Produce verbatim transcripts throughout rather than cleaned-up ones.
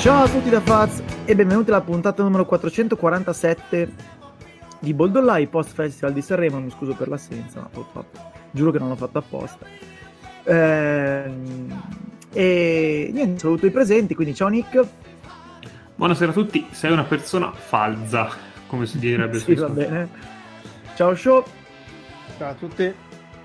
Ciao a tutti da Faz e benvenuti alla puntata numero quattrocentoquarantasette di Boldolai post Festival di Sanremo. Mi scuso per l'assenza, ma l'ho fatto. Giuro che non l'ho fatto apposta. Ehm, e niente, saluto i presenti, quindi ciao Nick. Buonasera a tutti, sei una persona falsa, come si direbbe. Sì, va bene. Ciao Show. Ciao a tutti.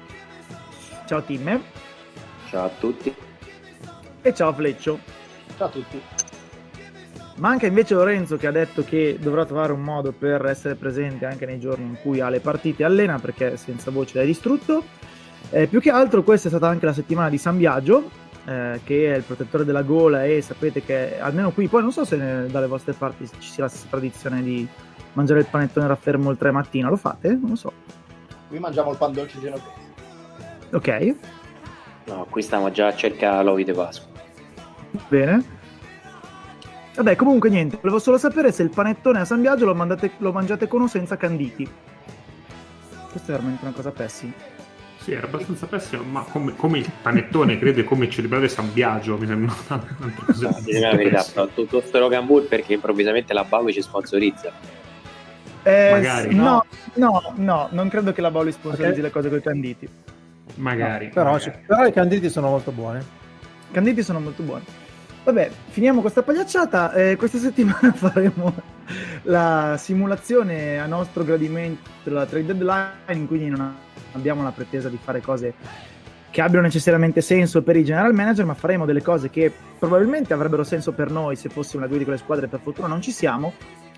Ciao Tim. Ciao a tutti. E ciao Fleccio. Ciao a tutti. Manca invece Lorenzo, che ha detto che dovrà trovare un modo per essere presente anche nei giorni in cui ha le partite e allena, perché senza voce l'hai distrutto. Eh, più che altro questa è stata anche la settimana di San Biagio, eh, che è il protettore della gola, e sapete che almeno qui, poi non so se ne, dalle vostre parti ci sia la stessa tradizione di mangiare il panettone raffermo il tre mattina. Lo fate? Non lo so. Qui mangiamo il pan dolce genovese. Ok. No, qui stiamo già a cercare l'uovo di Pasqua. Bene. Vabbè, comunque niente, volevo solo sapere se il panettone a San Biagio lo, mandate, lo mangiate con o senza canditi. Questa è veramente una cosa pessima. Sì, era abbastanza pessimo, ma come, come il panettone, credo, e come celebrare San Biagio, mi sembra un'altra cosa. No, la verità, tutto sto Rogan perché improvvisamente la Baui ci sponsorizza. Eh, Magari. No, no, no, non credo che la Bauli sponsorizzi Okay. le cose con i canditi. Magari. No, però, magari. ci- però i canditi sono molto buoni. I canditi sono molto buoni. Vabbè, finiamo questa pagliacciata. Eh, questa settimana faremo la simulazione a nostro gradimento della trade deadline, quindi non abbiamo la pretesa di fare cose che abbiano necessariamente senso per i general manager, ma faremo delle cose che probabilmente avrebbero senso per noi se fossimo la guida di quelle squadre. Per fortuna non ci siamo.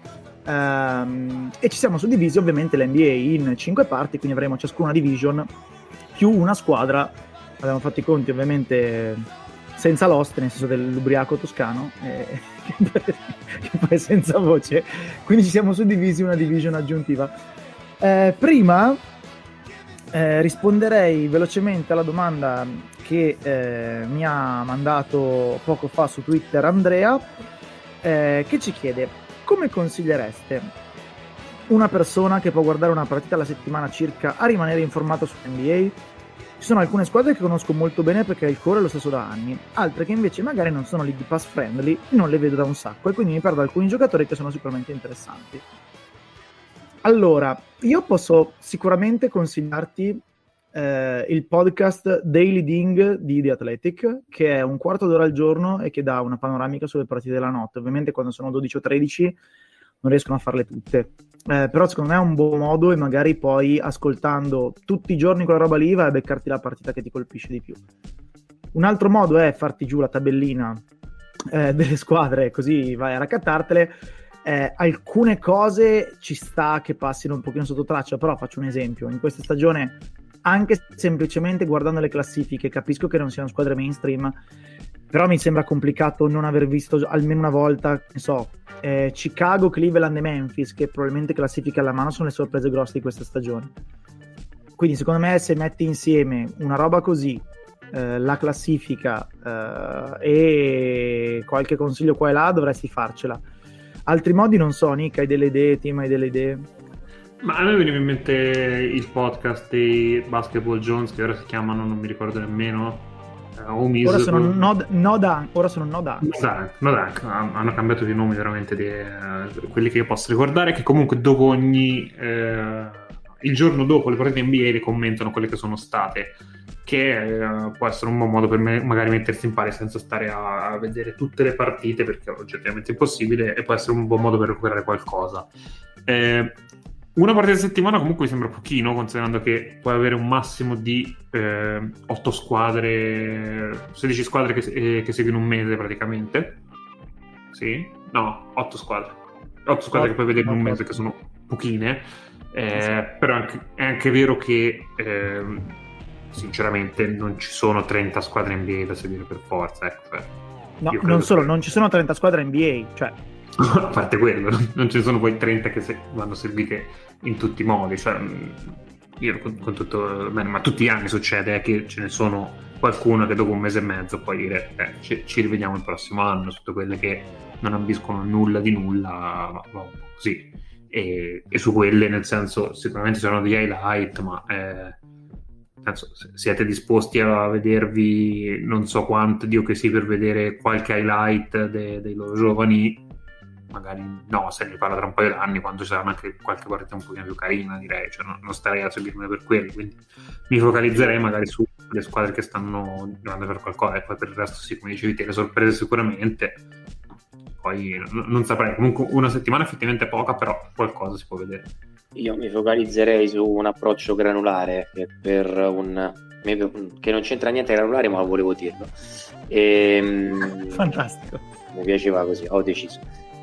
Ehm, e ci siamo suddivisi ovviamente l'N B A in cinque parti, quindi avremo ciascuna division più una squadra. Abbiamo fatto i conti ovviamente senza l'oste, nel senso dell'ubriaco toscano, eh, che poi è senza voce, quindi ci siamo suddivisi una division aggiuntiva. Eh, prima eh, risponderei velocemente alla domanda che eh, mi ha mandato poco fa su Twitter Andrea, eh, che ci chiede: come consigliereste una persona che può guardare una partita alla settimana circa a rimanere informato sull'N B A? Ci sono alcune squadre che conosco molto bene perché il core è lo stesso da anni, altre che invece magari non sono League Pass friendly, non le vedo da un sacco e quindi mi perdo alcuni giocatori che sono sicuramente interessanti. Allora, io posso sicuramente consigliarti eh, il podcast Daily Ding di The Athletic, che è un quarto d'ora al giorno e che dà una panoramica sulle partite della notte. Ovviamente quando sono dodici o tredici non riescono a farle tutte. Eh, però secondo me è un buon modo, e magari poi ascoltando tutti i giorni quella roba lì vai a beccarti la partita che ti colpisce di più. Un altro modo è farti giù la tabellina eh, delle squadre, così vai a raccattartele. Eh, alcune cose ci sta che passino un pochino sotto traccia, però faccio un esempio: in questa stagione, anche semplicemente guardando le classifiche, capisco che non siano squadre mainstream, però mi sembra complicato non aver visto almeno una volta, ne so, eh, Chicago, Cleveland e Memphis, che probabilmente classifiche alla mano sono le sorprese grosse di questa stagione. Quindi secondo me se metti insieme una roba così, eh, la classifica eh, e qualche consiglio qua e là, dovresti farcela. Altri modi non so. Nick, hai delle idee? Tim, hai delle idee? Ma a me veniva in mente il podcast dei Basketball Jones, che ora si chiamano, non mi ricordo nemmeno, Uh, ora sono no, no dunk, ora sono no dunk. No dunk, no dunk. Hanno cambiato di nome veramente di, uh, quelli che io posso ricordare, che comunque dopo ogni uh, il giorno dopo le partite N B A le commentano quelle che sono state, che uh, può essere un buon modo per me magari mettersi in pari senza stare a, a vedere tutte le partite, perché è oggettivamente impossibile, e può essere un buon modo per recuperare qualcosa. eh, Una partita a settimana comunque mi sembra pochino, considerando che puoi avere un massimo di eh, otto squadre, sedici squadre che, eh, che seguono un mese praticamente. Sì? No, otto squadre. otto squadre che puoi vedere in un mese, che sono pochine. Eh, però anche, è anche vero che eh, sinceramente non ci sono trenta squadre N B A da seguire per forza. Ecco, cioè, no, non solo, che... non ci sono trenta squadre N B A, cioè... a parte quello, non ci sono poi trenta che se vanno seguite in tutti i modi, cioè, io con, con tutto bene, ma tutti gli anni succede eh, che ce ne sono qualcuno che dopo un mese e mezzo può dire eh, ci, ci rivediamo il prossimo anno. Tutte quelle che non ambiscono nulla di nulla va, va un po' così, e, e su quelle, nel senso, sicuramente ci sono degli highlight, ma eh, Penso, se siete disposti a vedervi non so quanto, Dio che sì, per vedere qualche highlight de- dei loro giovani, magari no, se ne parla tra un paio d'anni, quando ci saranno anche qualche partita un pochino più carina, direi, cioè non, non starei a seguirmi per quelli, quindi mi focalizzerei magari sulle squadre che stanno andando per qualcosa, e poi per il resto sì, come dicevi te, le sorprese sicuramente, poi n- non saprei, comunque una settimana effettivamente è poca, però qualcosa si può vedere. Io mi focalizzerei su un approccio granulare che per un che non c'entra niente granulare, ma volevo dirlo. E, Fantastico. Mi piaceva così, ho deciso.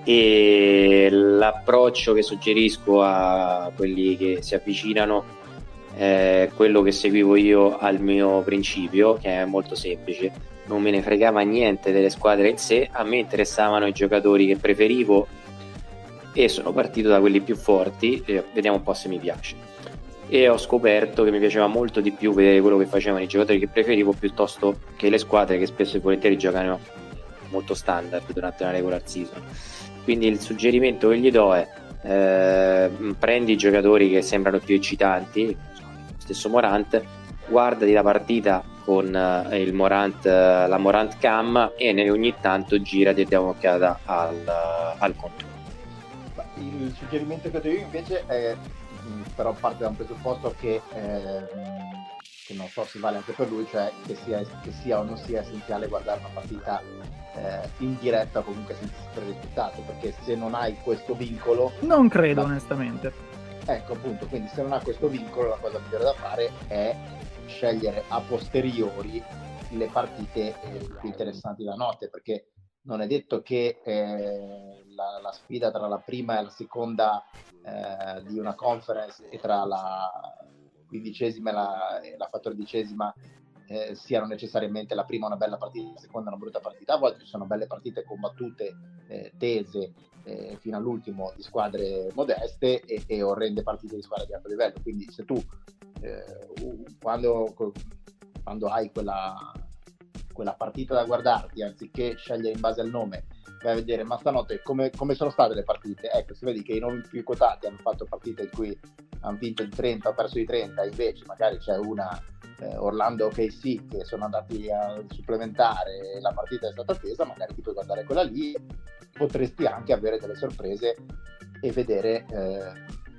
E l'approccio che suggerisco a quelli che si avvicinano è quello che seguivo io al mio principio, che è molto semplice. Non me ne fregava niente delle squadre in sé, a me interessavano i giocatori che preferivo e sono partito da quelli più forti, e vediamo un po' se mi piace. E ho scoperto che mi piaceva molto di più vedere quello che facevano i giocatori che preferivo piuttosto che le squadre che spesso e volentieri giocano molto standard durante la regular season. Quindi il suggerimento che gli do è eh, prendi i giocatori che sembrano più eccitanti, lo stesso Morant, guardati la partita con eh, il Morant, eh, la Morant Cam, e ogni tanto girati e dai un'occhiata al, al controllo. Il suggerimento che do io invece è, mh, però parte da un presupposto che, eh, che non so se vale anche per lui, cioè che sia, che sia o non sia essenziale guardare una partita eh, in diretta o comunque senza sapere il risultato, perché se non hai questo vincolo... Non credo, la... onestamente. Ecco, appunto, quindi se non hai questo vincolo, la cosa migliore da fare è scegliere a posteriori le partite eh, più interessanti da notte, perché non è detto che eh, la, la sfida tra la prima e la seconda eh, di una conference e tra la quindicesima e la, e la quattordicesima eh, siano necessariamente la prima una bella partita, la seconda una brutta partita. A volte ci sono belle partite combattute, eh, tese eh, fino all'ultimo, di squadre modeste e, e orrende partite di squadre di alto livello. Quindi se tu eh, quando, quando hai quella quella partita da guardarti, anziché scegliere in base al nome, vai a vedere ma stanotte come, come sono state le partite. Ecco, si vede che i nomi più quotati hanno fatto partite in cui hanno vinto di trenta o perso di trenta, invece magari c'è una eh, Orlando O K C che sono andati a supplementare e la partita è stata attesa, magari ti puoi guardare quella lì, potresti anche avere delle sorprese e vedere eh,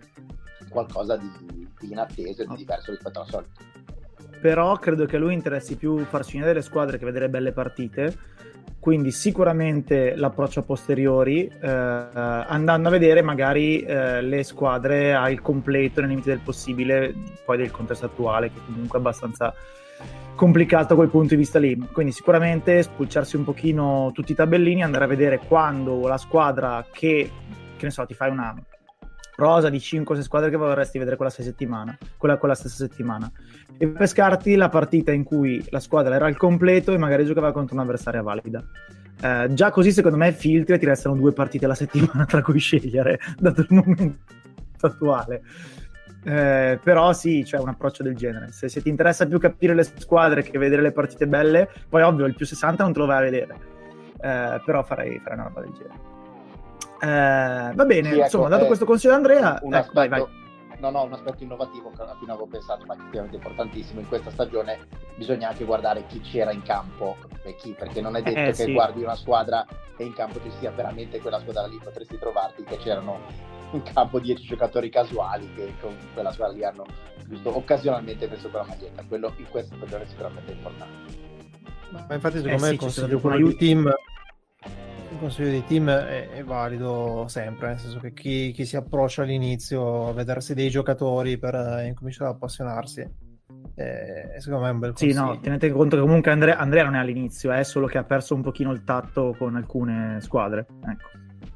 qualcosa di, di inatteso e di diverso rispetto al solito. Però credo che a lui interessi più farci vedere le squadre che vedere belle partite, quindi sicuramente l'approccio a posteriori, eh, andando a vedere magari eh, le squadre al completo, nei limiti del possibile, poi del contesto attuale, che comunque è abbastanza complicato da quel punto di vista lì. Quindi sicuramente spulciarsi un pochino tutti i tabellini, andare a vedere quando la squadra che, che ne so, ti fai una rosa di cinque o sei squadre che vorresti vedere quella, sei settimana, quella, quella stessa settimana, e pescarti la partita in cui la squadra era al completo e magari giocava contro un'avversaria valida. Eh, già così secondo me filtri e ti restano due partite alla settimana tra cui scegliere, dato il momento attuale. Eh, però sì, c'è un approccio del genere. Se, se ti interessa più capire le squadre che vedere le partite belle, poi ovvio il più sessanta non te lo vai a vedere, eh, però farei, farei una roba del genere. Eh, va bene, sì, ecco, insomma, dato eh, questo consiglio di Andrea, un ecco, aspetto, vai, vai. No, no, un aspetto innovativo che alla fine avevo pensato, ma effettivamente importantissimo in questa stagione, bisogna anche guardare chi c'era in campo e chi, perché non è detto Eh, che sì. guardi una squadra e in campo ci sia veramente quella squadra lì, potresti trovarti che c'erano in campo dieci giocatori casuali che con quella squadra lì hanno giusto occasionalmente preso quella maglietta. Quello in questa stagione è sicuramente importante. Ma infatti secondo Eh me sì, il ci sono consiglio, quello aiuti. di team il consiglio di team è, è valido sempre, nel senso che chi, chi si approccia all'inizio a vedersi dei giocatori per eh, incominciare ad appassionarsi eh, secondo me è un bel Sì, consiglio. no, tenete conto che comunque Andrea, Andrea non è all'inizio, è solo che ha perso un pochino il tatto con alcune squadre. Ecco.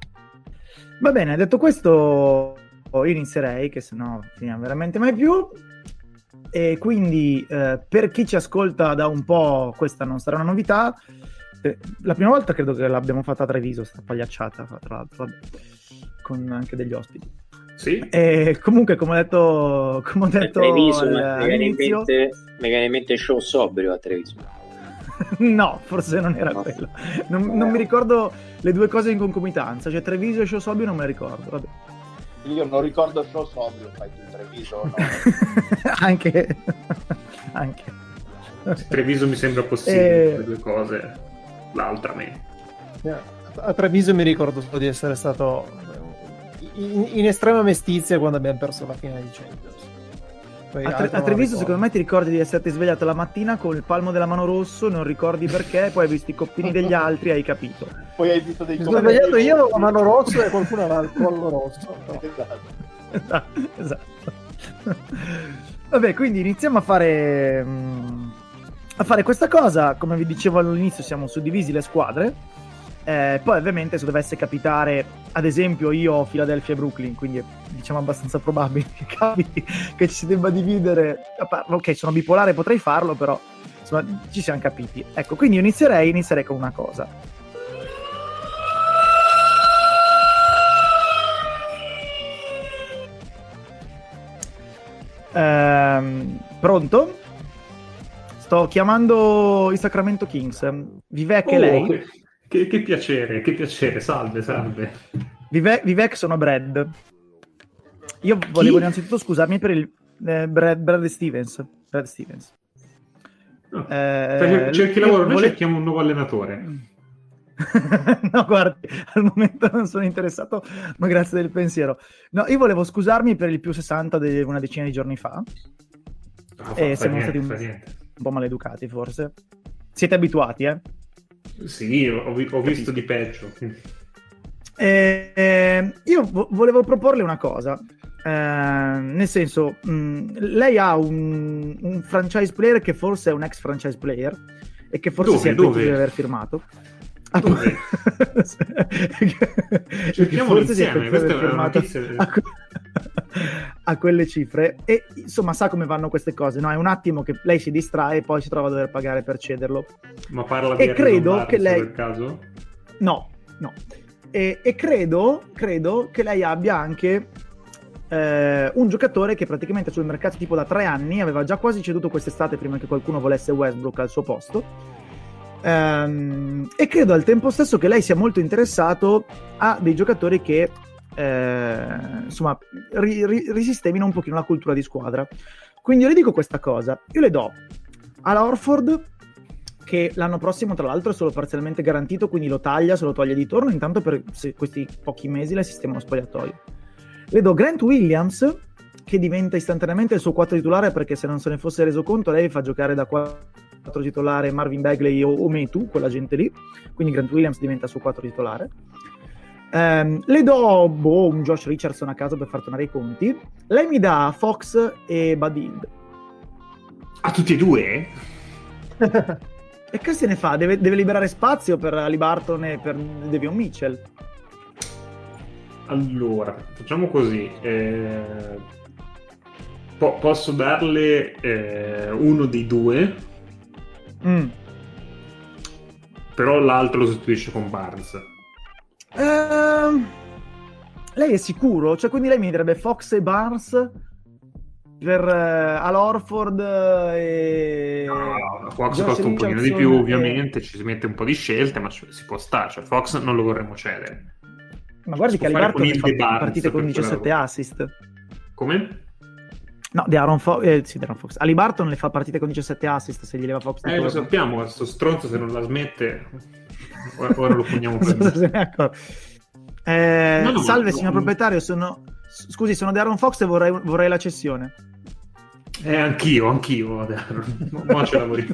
Va bene, detto questo, io inizierei, che sennò finiamo veramente mai più. E quindi, eh, per chi ci ascolta da un po', questa non sarà una novità. Eh, la prima volta credo che l'abbiamo fatta a Treviso, sta pagliacciata, tra l'altro, vabbè, con anche degli ospiti. Sì. E comunque, come ho detto, come ho detto Treviso, al, ma mi viene in all'inizio, mente, mi viene in mente show sobrio a Treviso. no, forse non era No. quello. Non, non mi ricordo le due cose in concomitanza, cioè Treviso e show sobrio non me le ricordo. Vabbè. Io non ricordo show sobrio, fai tu Treviso, no? Anche anche. Treviso mi sembra possibile, E- le due cose, l'altra meno. A Treviso mi ricordo solo di essere stato in, in estrema mestizia quando abbiamo perso la finale di Champions. Poi A, Tre- altro a non Treviso ricordo. secondo me ti ricordi di esserti svegliato la mattina con il palmo della mano rosso, non ricordi perché, poi hai visto i coppini degli altri e hai capito. Poi hai visto dei Mi sono svegliato io con la mano rossa e qualcuno aveva il collo rosso. No. Esatto. Esatto. Vabbè, quindi iniziamo a fare mm, a fare questa cosa. Come vi dicevo all'inizio, siamo suddivisi le squadre. Eh, poi ovviamente se dovesse capitare, ad esempio io ho Philadelphia e Brooklyn, quindi è diciamo abbastanza probabile che capiti che ci si debba dividere. Ok, sono bipolare, potrei farlo, però insomma ci siamo capiti. Ecco, quindi io inizierei inizierei con una cosa. Ehm, pronto? Sto chiamando i Sacramento Kings. Vivek e Oh, lei. che, che- che piacere, che piacere, salve, salve. Vivek, Vivek sono Brad. Io volevo Chi? innanzitutto scusarmi per il eh, Brad, Brad Stevens. Brad Stevens. No. Eh, Cer- cerchi io lavoro, noi vole- cerchiamo un nuovo allenatore. No, guardi, al momento non sono interessato, ma grazie del pensiero. No, io volevo scusarmi per il più sessanta di una decina di giorni fa. Ah, fa- Eh, fa siamo niente, stati un, fa niente. un po' maleducati, forse. Siete abituati, eh? Sì, ho, vi- ho visto di peggio. quindi- Eh, eh, io vo- volevo proporle una cosa. Eh, nel senso, mh, lei ha un, un franchise player che forse è un ex franchise player e che forse Dove? si è pentito Dove? di aver firmato. Ah, Dove? Cerchiamolo Forse si è insieme, pentito di questa aver è una firmato notizia. a, que- a quelle cifre e insomma sa come vanno queste cose, no? È un attimo che lei si distrae e poi si trova a dover pagare per cederlo. Ma parla E di credo Harrison che Barnes, lei- per caso? No, no. E, e credo, credo che lei abbia anche eh, un giocatore che praticamente sul mercato tipo da tre anni aveva già quasi ceduto quest'estate prima che qualcuno volesse Westbrook al suo posto. Ehm, e credo al tempo stesso che lei sia molto interessato a dei giocatori che eh, insomma ri- ri- risistemino un pochino la cultura di squadra. Quindi io le dico questa cosa, io le do alla Horford, che l'anno prossimo tra l'altro è solo parzialmente garantito, quindi lo taglia, se lo toglie di torno, intanto per se questi pochi mesi le sistema uno spogliatoio. Le do Grant Williams, che diventa istantaneamente il suo quattro titolare, perché se non se ne fosse reso conto lei fa giocare da quattro titolare Marvin Bagley o, o Metu, quella gente lì, quindi Grant Williams diventa il suo quattro titolare. Um, le do boh, un Josh Richardson a caso per far tornare i conti. Lei mi dà Fox e Bud Hield. Ah, tutti e due? E che se ne fa? Deve, deve liberare spazio per Haliburton e per Devion Mitchell. Allora, facciamo così. eh, po- posso darle eh, uno dei due, Mm. però l'altro lo sostituisce con Barnes. Ehm, lei è sicuro? Cioè, quindi lei mi direbbe Fox e Barnes per uh, Al Horford e... No, Fox Josh costa un pochino di Richardson più, e- ovviamente, ci si mette un po' di scelte, ma ci- si può stare. Cioè, Fox non lo vorremmo cedere. Ma guardi Si che può fare Haliburton con ne Hield e fa Barnes partite con per quella diciassette roba. assist. Come? No, di Aaron Fox, eh, sì, di Aaron Fox. Haliburton le fa partite con diciassette assist se gli leva Fox di Eh, lo torno. sappiamo, questo stronzo se non la smette, ora, ora lo pugniamo Non per so se ne è accorto. Eh, No, no, salve no, signor no. proprietario, sono... scusi, sono di Aaron Fox e vorrei, vorrei la cessione. Eh, anch'io, anch'io. Mo mo ce lavori.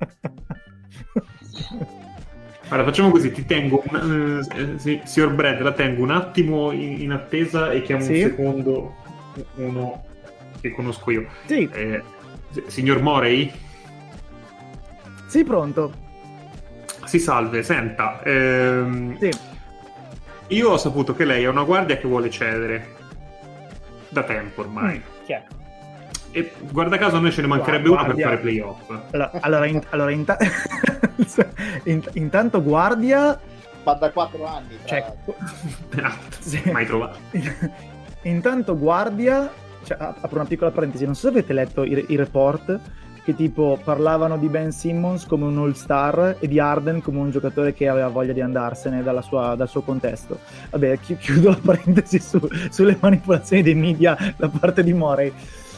Allora, facciamo così, ti tengo, un, eh, sì, signor Brad, la tengo un attimo in, in attesa e chiamo Sì. un secondo uno che conosco io. Sì, Eh, s- signor Morey? sì, pronto. Si salve, senta, ehm, Sì. io ho saputo che lei è una guardia che vuole cedere da tempo ormai. Mm, chi è? E guarda caso a noi ce ne mancherebbe Guardia. uno per fare playoff. Allora, allora, in- allora, inta- in- intanto guardia, Ma da quattro anni. Tra... cioè, sì. Mai trovato. intanto guardia, cioè, ap- apro una piccola parentesi, non so se avete letto i, i report che tipo parlavano di Ben Simmons come un all-star e di Harden come un giocatore che aveva voglia di andarsene dalla sua- dal suo contesto. Vabbè, chi- chiudo la parentesi su- sulle manipolazioni dei media da parte di Morey.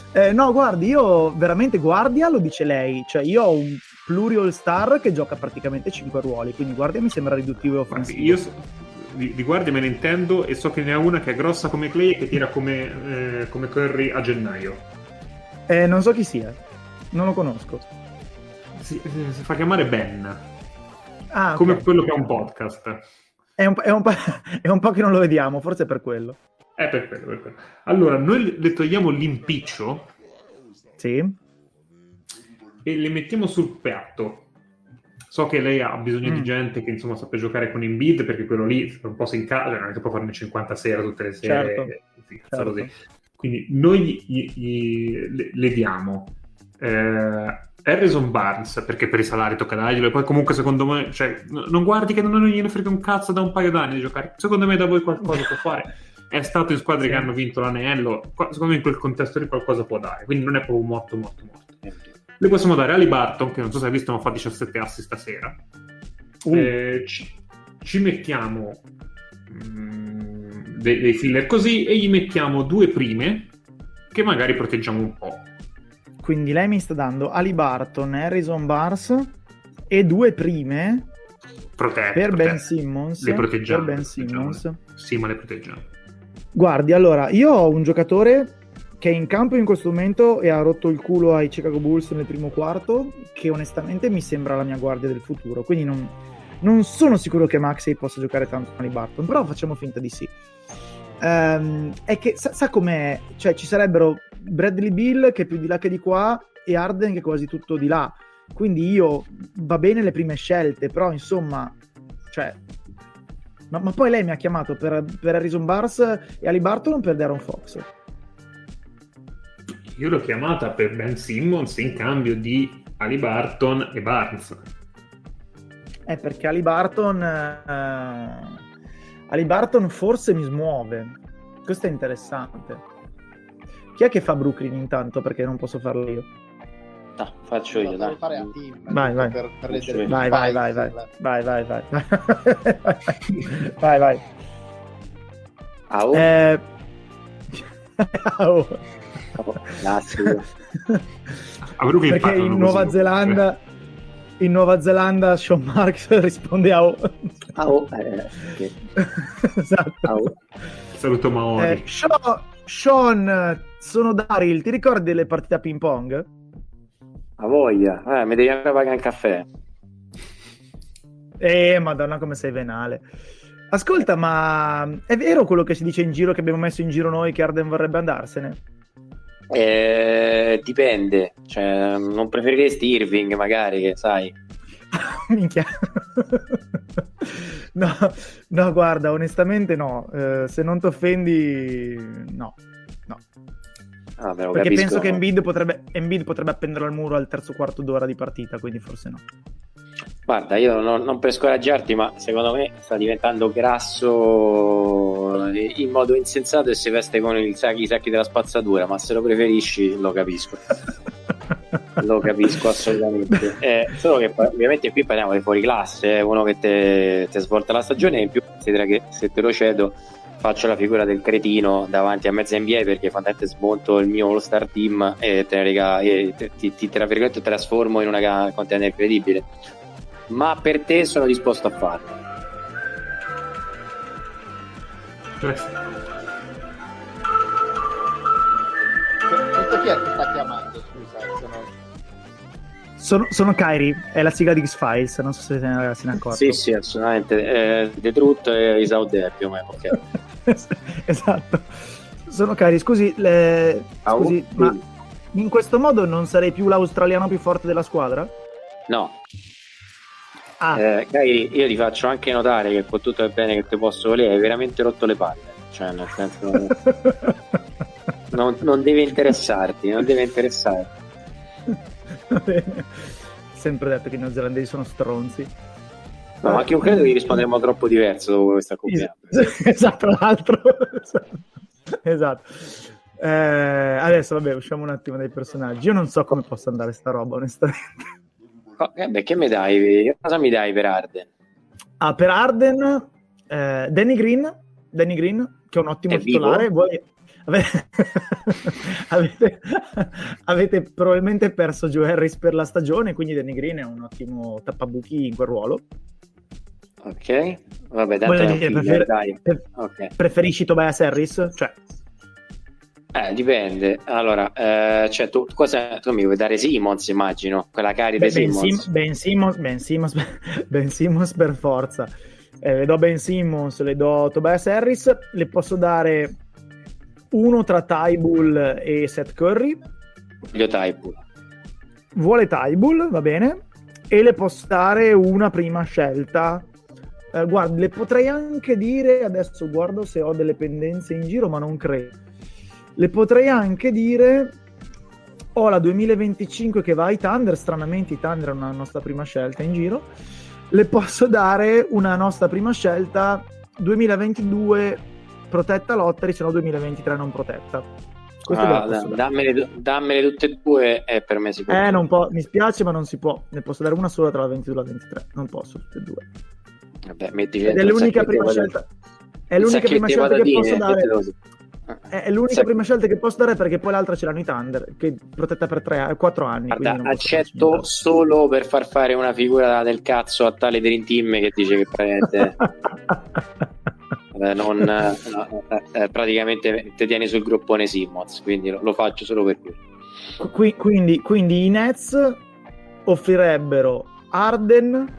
Eh, no, guardi, io veramente guardia lo dice lei, cioè io ho un plurial star che gioca praticamente cinque ruoli, quindi guardia mi sembra riduttivo e offensivo. Io so, di, di guardia me ne intendo e so che ne ha una che è grossa come Clay e che tira come, eh, come Curry a gennaio. Eh, non so chi sia, non lo conosco. Si, si fa chiamare Ben, ah, come okay. quello che ha un podcast. È un, è, un po', è un po' che non lo vediamo, forse è per quello. È per quello, per quello. Allora, noi le togliamo l'impiccio, sì, e le mettiamo sul piatto. So che lei ha bisogno mm. di gente che insomma sappia giocare con Embiid, perché quello lì un po' si incastra, non è che può farne cinquanta sera tutte le sere. Certo, Sì, certo. Così. Quindi noi gli, gli, le, le diamo eh, Harrison Barnes, perché per i salari tocca darglielo, e poi comunque secondo me, cioè, non guardi che non gliene frega un cazzo da un paio d'anni di giocare, secondo me da voi qualcosa può fare. È stato in squadre sì. che hanno vinto l'anello, secondo me in quel contesto lì qualcosa può dare, quindi non è proprio morto morto morto. Le possiamo dare Ali Barton, che non so se hai visto ma fa diciassette assi stasera. uh. eh, ci, ci mettiamo mh, dei, dei filler così e gli mettiamo due prime che magari proteggiamo un po'. Quindi lei mi sta dando Ali Barton, Harrison Barnes e due prime protette, per protette. Ben Simmons. Le proteggiamo. Per Ben Simmons. Sì, ma le proteggiamo. Guardi, allora, io ho un giocatore che è in campo in questo momento e ha rotto il culo ai Chicago Bulls nel primo quarto, che onestamente mi sembra la mia guardia del futuro, quindi non, non sono sicuro che Maxey possa giocare tanto con Ali Barton, però facciamo finta di sì. Um, è che sa, sa com'è, cioè ci sarebbero Bradley Beal che è più di là che di qua e Harden che è quasi tutto di là, quindi io va bene le prime scelte, però insomma, cioè ma, ma poi lei mi ha chiamato per, per Harrison Barnes e Ali Barton o per De'Aaron Fox? Io l'ho chiamata per Ben Simmons in cambio di Ali Barton e Barnes. Eh, perché Ali Barton eh, Ali Barton forse mi smuove. Questo è interessante. Chi è che fa Brooklyn intanto? Perché non posso farlo io. No, faccio io, dai. Fare a team, vai, vai. Per, per vai, vai, vai, vai, vai, vai, vai, vai, vai, vai. Au. Eh... Au. Perché in Nuova così, Zelanda in Nuova Zelanda Sean Marks risponde a au. Eh, okay. Esatto. Au. Saluto Maori. eh, Sean, Sean sono Daryl, ti ricordi delle partite a ping pong? A voglia, eh, mi devi andare a pagare un caffè. Eh, madonna come sei venale. Ascolta, ma è vero quello che si dice in giro, che abbiamo messo in giro noi, che Harden vorrebbe andarsene? Eh, dipende, cioè, non preferiresti Irving magari, che sai. Minchia. no, no, guarda, onestamente no, eh, se non ti offendi no, no. Ah, però perché capisco. penso che Embiid potrebbe, Embiid potrebbe appenderlo al muro al terzo quarto d'ora di partita, quindi forse no. Guarda, io non, non per scoraggiarti, ma secondo me sta diventando grasso in modo insensato e si veste con il sac- i sacchi della spazzatura, ma se lo preferisci lo capisco. Lo capisco assolutamente. Eh, solo che ovviamente qui parliamo di fuori classe, eh, uno che te, te svolta la stagione, e in più considera che se te lo cedo faccio la figura del cretino davanti a mezza N B A, perché fondamentalmente smonto il mio all-star team e te ne rega, e ti, ti, ti tra virgolette trasformo in una contender credibile. Ma per te sono disposto a farlo. Questo chi è che sta chiamando? Scusa, sono... Sono, sono Kyrie, è la sigla di X-Files, non so se se ne, se ne accorto. Sì, sì, assolutamente. Eh, The Truth e Is Out There, più o meno. Okay. Esatto. Sono Kyrie, scusi, le... scusi oh, ma in questo modo non sarei più l'australiano più forte della squadra? No. Ah. Eh, Kyrie, io ti faccio anche notare che con tutto il bene che ti posso volere hai veramente rotto le palle, cioè nel senso non, non deve interessarti, non deve interessarti. Sempre detto che i neozelandesi sono stronzi. No, ma anche io credo che risponderemo troppo diverso dopo questa coppia. Esatto, l'altro. Esatto. Eh, adesso vabbè, usciamo un attimo dai personaggi. Io non so come possa andare sta roba, onestamente. Oh, eh beh, che mi dai? Cosa mi dai per Harden? Ah, per Harden eh, Danny Green Danny Green, che è un ottimo è titolare. Vuoi... avete, avete probabilmente perso Joe Harris per la stagione, quindi Danny Green è un ottimo tappabuchi in quel ruolo. Ok, vabbè, tanto Voglio è un dire, filler, prefer- dai. pre- Ok. preferisci Tobias Harris? Cioè, Eh, dipende. Allora, eh, cioè, tu cosa tu mi vuoi dare Simmons, immagino, quella carica beh, di Ben, Simmons. Sim- Ben Simmons, Ben Simmons, Ben Simmons per forza. Eh, le do Ben Simmons, le do Tobias Harris, le posso dare uno tra Tybull e Seth Curry. Voglio Tybull. Vuole Tybull, va bene, e le posso dare una prima scelta. Eh, guardi, le potrei anche dire, adesso guardo se ho delle pendenze in giro, ma non credo. Le potrei anche dire, ho la duemilaventicinque che va ai Thunder, stranamente i Thunder hanno una nostra prima scelta in giro, le posso dare una nostra prima scelta duemilaventidue protetta lottery, se no duemilaventitré non protetta. Queste Ah, ve la posso dare. dammele, dammele tutte e due e per me si può. Eh, non può, mi spiace, ma non si può. Ne posso dare una sola tra la ventidue e la ventitré. Non posso, tutte e due. Vabbè, metti Ed è dentro il l'unica sacchetto prima di scelta. È il l'unica sacchetto prima di scelta che patatine, posso dare. tutte cose. È, è l'unica Sac- prima scelta che posso dare perché poi l'altra ce l'hanno i Thunder, che protetta per tre, quattro anni. Guarda, quindi non posso accetto farci solo per far fare una figura del cazzo a tale Dream Team che dice che praticamente, eh, non, no, eh, praticamente ti tieni sul groppone Simmons, quindi lo, lo faccio solo per quello. Qui- quindi, quindi i Nets offrirebbero Harden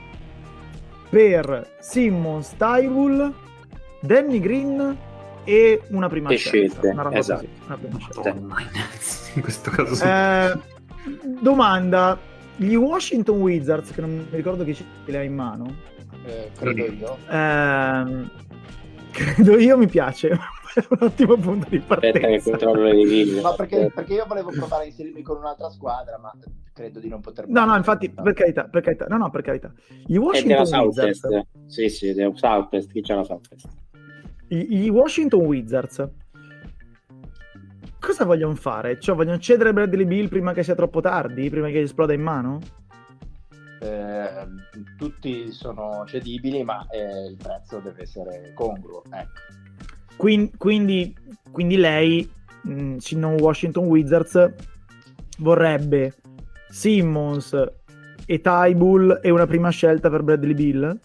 per Simmons, Tybull, Danny Green e una prima E scelta. scelte, Una roba esatto. così, una prima scelta. Madonna, i Nets, in questo caso sono... Eh, domanda: gli Washington Wizards, che non mi ricordo chi ce li ha in mano, Eh, credo io. ehm, credo io, mi piace. È un ottimo punto di Aspetta che partenza. controllo le divise. No, perché, perché io volevo provare a inserirmi con un'altra squadra, ma credo di non poter. No, no, infatti, per carità, per carità, no, no, per carità. Gli È della Washington Wizards, Southwest. Sì, sì, della Southwest. Chi c'è la Southwest? gli gli Washington Wizards, cosa vogliono fare? Cioè, vogliono cedere Bradley Beal prima che sia troppo tardi, prima che gli esploda in mano? Eh, tutti sono cedibili, ma eh, il prezzo deve essere congruo. Ecco. Quindi, quindi, quindi lei, mh, non Washington Wizards, vorrebbe Simmons e Tybull e una prima scelta per Bradley Beal?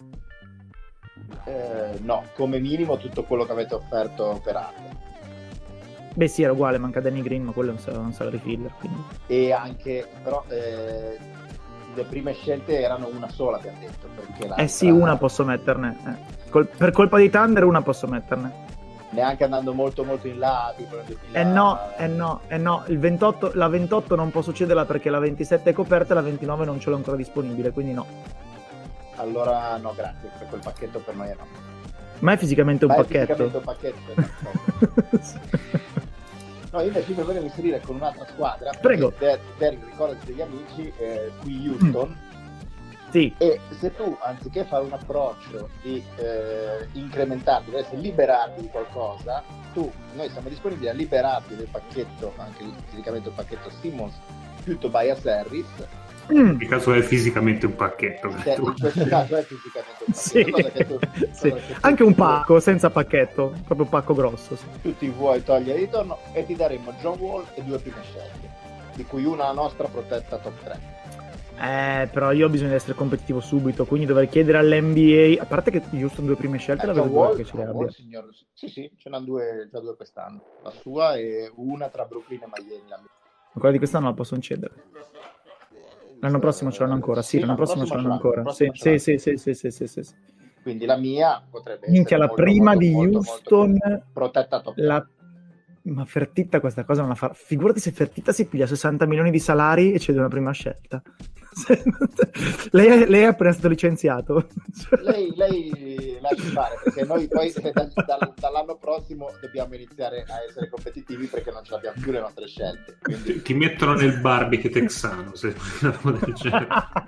Eh, no, come minimo tutto quello che avete offerto per Harden. Beh sì, era uguale, manca Danny Green, ma quello è un sal- un salary filler, quindi. E anche, però, eh, le prime scelte erano una sola, abbiamo detto. Perché l'altra- Eh sì, una posso metterne. eh. Col- per colpa dei Thunder una posso metterne. Neanche andando molto molto in là, tipo in là. Eh no, eh no, eh no, il ventotto, la ventotto non posso cederla perché la ventisette è coperta e la ventinove non ce l'ho ancora disponibile, quindi no. Allora no, grazie, per quel pacchetto per noi è no. Ma è fisicamente un Ma è pacchetto? fisicamente un pacchetto, esatto. No, io invece mi volevo inserire con un'altra squadra. Prego. Der- Derrick, ricordati degli amici, eh, qui Houston. Sì, E se tu, anziché fare un approccio di eh, incrementarti, dovessi liberarti di qualcosa, tu, noi siamo disponibili a liberarti del pacchetto, anche fisicamente un pacchetto Simmons più Tobias Harris, Mm. In caso è fisicamente un pacchetto. che in questo caso è fisicamente un Sì. pacchetto. cosa che tu- Sì. cosa che tu- Anche un pacco senza pacchetto, proprio un pacco grosso. Sì. Tu ti vuoi togliere di torno e ti daremo John Wall e due prime scelte, di cui una la nostra protetta top tre. Eh, però io ho bisogno di essere competitivo subito, quindi dovrei chiedere all'N B A, a parte che Houston due prime scelte, Eh, la John vedo Wall, che ce le John abbia. Wall, signor... Sì, sì, ce n'hanno due, già due quest'anno. La sua e una tra Brooklyn e Miami. La... Ma quella di quest'anno la possono cedere. L'anno prossimo ce l'hanno ancora, sì, Sì, l'anno l'anno prossimo ce l'hanno prossimo ancora. ce Sì, l'hanno, l'anno sì, sì, sì, sì, sì, sì, sì. Quindi la mia potrebbe Minchia, essere la molto, prima molto, di molto, Houston, molto protetta top tre. la... ma Fertitta questa cosa non la fa. Figurati se Fertitta si piglia sessanta milioni di salari e cede una prima scelta. lei, è, lei è appena stato licenziato. Lei, lei lasci fare, perché noi poi da- da- dall'anno prossimo dobbiamo iniziare a essere competitivi perché non ce l'abbiamo più le nostre scelte. Quindi... Ti, ti mettono nel barbecue texano se una roba del genere.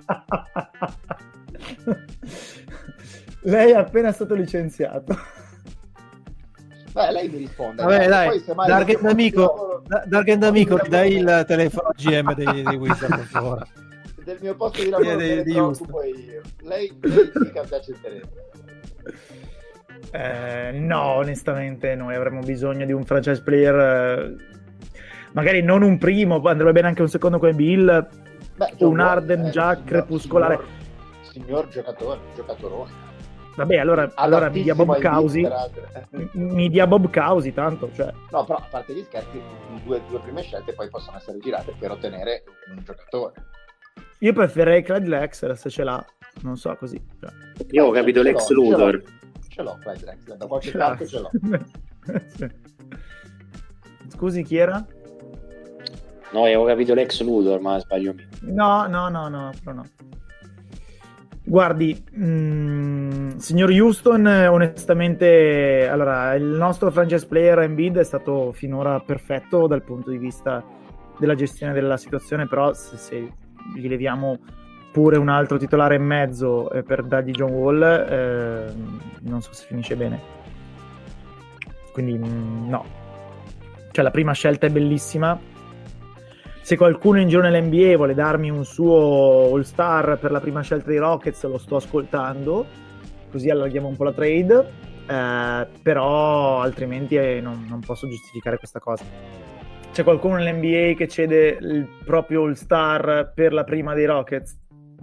Lei è appena stato licenziato. Beh, lei mi risponde. Vabbè, dai, Poi, se mai Dark io- Amico, io- Da- Dark Amico, ti dai il telefono G M dei, dei Wizard, per favore. del mio posto di lavoro Di- me ne di preoccupo io. Lei, lei sì che mi accetterebbe. Eh, no, onestamente noi avremmo bisogno di un franchise player, eh, magari non un primo, andrebbe bene anche un secondo come Bill. Beh, un Harden già signor, crepuscolare. Signor, signor giocatore, giocatorone. Vabbè, allora, allora mi dia Bob Cousy. Mi dia Bob Cousy, tanto. Cioè. No, però a parte gli scherzi, due, due prime scelte poi possono essere girate per ottenere un giocatore. Io preferirei Clyde Drexler se ce l'ha, non so così. Cioè. Io ho capito ce l'ex Luthor. Ce l'ho, Clyde Drexler, da qualche parte ce l'ho. Sì. Scusi, chi era? No, avevo capito l'ex Luthor, ma sbaglio mio. No, no, no, no, però no. Guardi, mh, signor Houston, onestamente, allora, il nostro franchise player Embiid è stato finora perfetto dal punto di vista della gestione della situazione, però se, se gli leviamo pure un altro titolare in mezzo eh, per dargli John Wall, eh, non so se finisce bene. Quindi mh, no. Cioè la prima scelta è bellissima. Se qualcuno in giro nell'N B A vuole darmi un suo All-Star per la prima scelta dei Rockets, lo sto ascoltando, così allarghiamo un po' la trade, eh, però altrimenti eh, non, non posso giustificare questa cosa. C'è qualcuno nell'N B A che cede il proprio All-Star per la prima dei Rockets?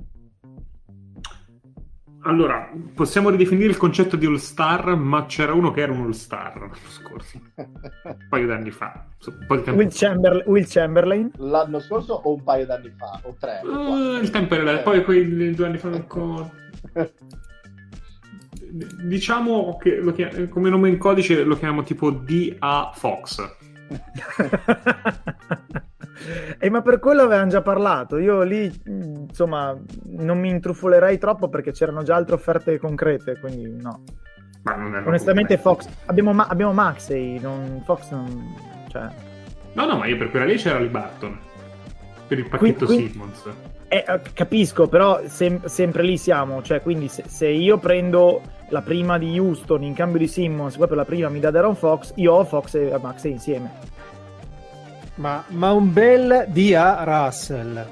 Allora, possiamo ridefinire il concetto di All-Star, ma c'era uno che era un All-Star l'anno scorso, un paio d'anni fa. Un po' di tempo Will, Chamber- Will Chamberlain? L'anno scorso o un paio d'anni fa? O tre? Uh, il tempo era... Poi quei due anni fa un co... Diciamo che lo chiam- come nome in codice lo chiamiamo tipo D A Fox. E eh, ma per quello avevamo già parlato. Io lì insomma non mi intrufolerei troppo perché c'erano già altre offerte concrete, quindi no. Ma non onestamente Fox abbiamo, ma- abbiamo Maxey, non, Fox non, cioè... no no ma io per quella lì c'era Liberton per il pacchetto quindi, Simmons eh, capisco, però sem- sempre lì siamo, cioè quindi se-, se io prendo la prima di Houston in cambio di Simmons, poi per la prima mi dà De'Aaron Fox, io ho Fox e Maxey insieme. Ma, ma un bel D A Russell.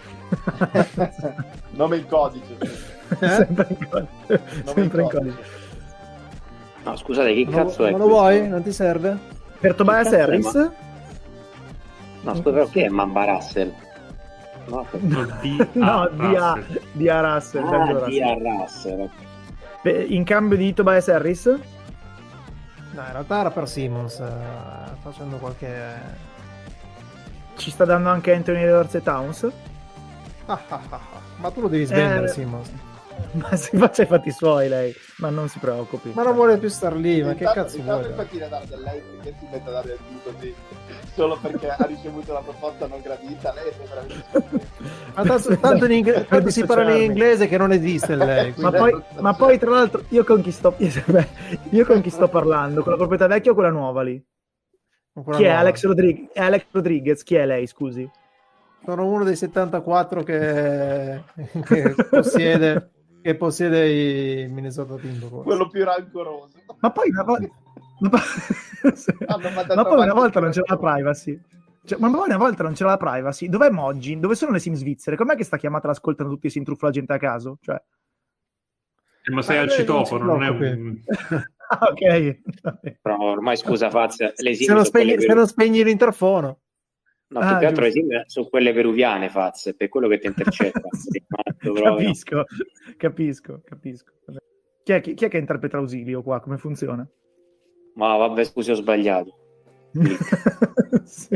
Nome in codice. Eh? Sempre in codice. Sempre in codice. No, scusate, che non cazzo lo, è? Non lo vuoi? Non ti serve? Per Tobias Harris? Ma... no, scusa, però che è Mamba Russell? No, no, D A Russell. Ah, D A Russell. In cambio di Tobias Harris? No, in realtà era per Simmons, eh, facendo qualche... Ci sta dando anche Anthony Edwards e Towns? Ah, ah, ah, ah. Ma tu lo devi svendere, eh, Simmons. Ma si faccia i fatti suoi lei, ma non si preoccupi. Ma non vuole più star lì, ma che cazzo vuole? Non fatene dare del lei perché si mette a dare il così solo perché ha ricevuto la proposta non gradita. Lei è veramente ma tanto, tanto, in ingle- tanto si parla in inglese che non esiste lei. ma, poi, ma poi tra l'altro io con chi sto io con chi sto parlando? Con la proprietà vecchia o quella nuova lì? Quella chi nuova. È Alex Rodriguez? Alex Rodriguez? Chi è lei, scusi? Sono uno dei settantaquattro che, che possiede che possiede i Minnesota Timberwolves. Quello più rancoroso. Ma poi una volta ma poi, ma poi una volta non c'era la privacy. Cioè, ma poi una volta non c'era la privacy. Dov'è Moggi? Dove sono le sim svizzere? Com'è che sta chiamata l'ascoltano tutti e si intrufa la gente a caso? Cioè... Eh, ma sei ah, al citofono, non, non è un... ah, ok. Però ormai scusa Faz, le sim se, non spegni, per... se non spegni l'interfono. No, più ah, che altro le sim sono quelle peruviane, Faz, è per quello che ti intercetta. Capisco, capisco, capisco. Chi è, chi, chi è che interpreta Ausilio qua? Come funziona? Ma vabbè, scusi, ho sbagliato. Sì.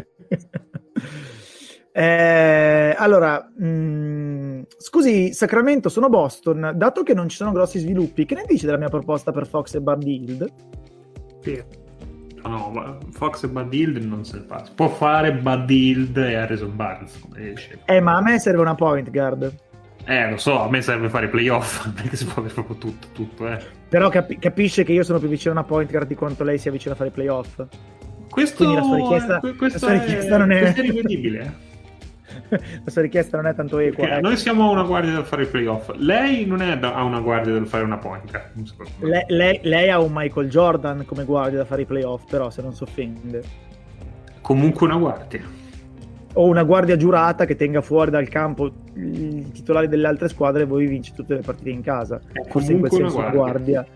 eh, allora, mh, scusi, Sacramento, sono Boston. Dato che non ci sono grossi sviluppi, che ne dici della mia proposta per Fox e Buddy Hield? Sì. No, no, Fox e Buddy Hield non se ne fa. Può fare Buddy Hield e Harrison Barnes. Eh, ma a me serve una point guard. Eh, lo so, a me serve fare i playoff, perché si può avere proprio tutto, tutto, eh. Però capi- capisce che io sono più vicino a una point guard di quanto lei sia vicino a fare i playoff. Questo, quindi la sua richiesta, eh, la sua richiesta è, non è... è rivedibile. La sua richiesta non è tanto equa. Okay, noi siamo a una guardia del fare i playoff. Lei non è da, a una guardia del fare una point guard. Le, lei, lei ha un Michael Jordan come guardia da fare i playoff, però se non si offende. Comunque una guardia. O una guardia giurata che tenga fuori dal campo i titolari delle altre squadre e voi vinci tutte le partite in casa. È forse in quel senso una guardia. guardia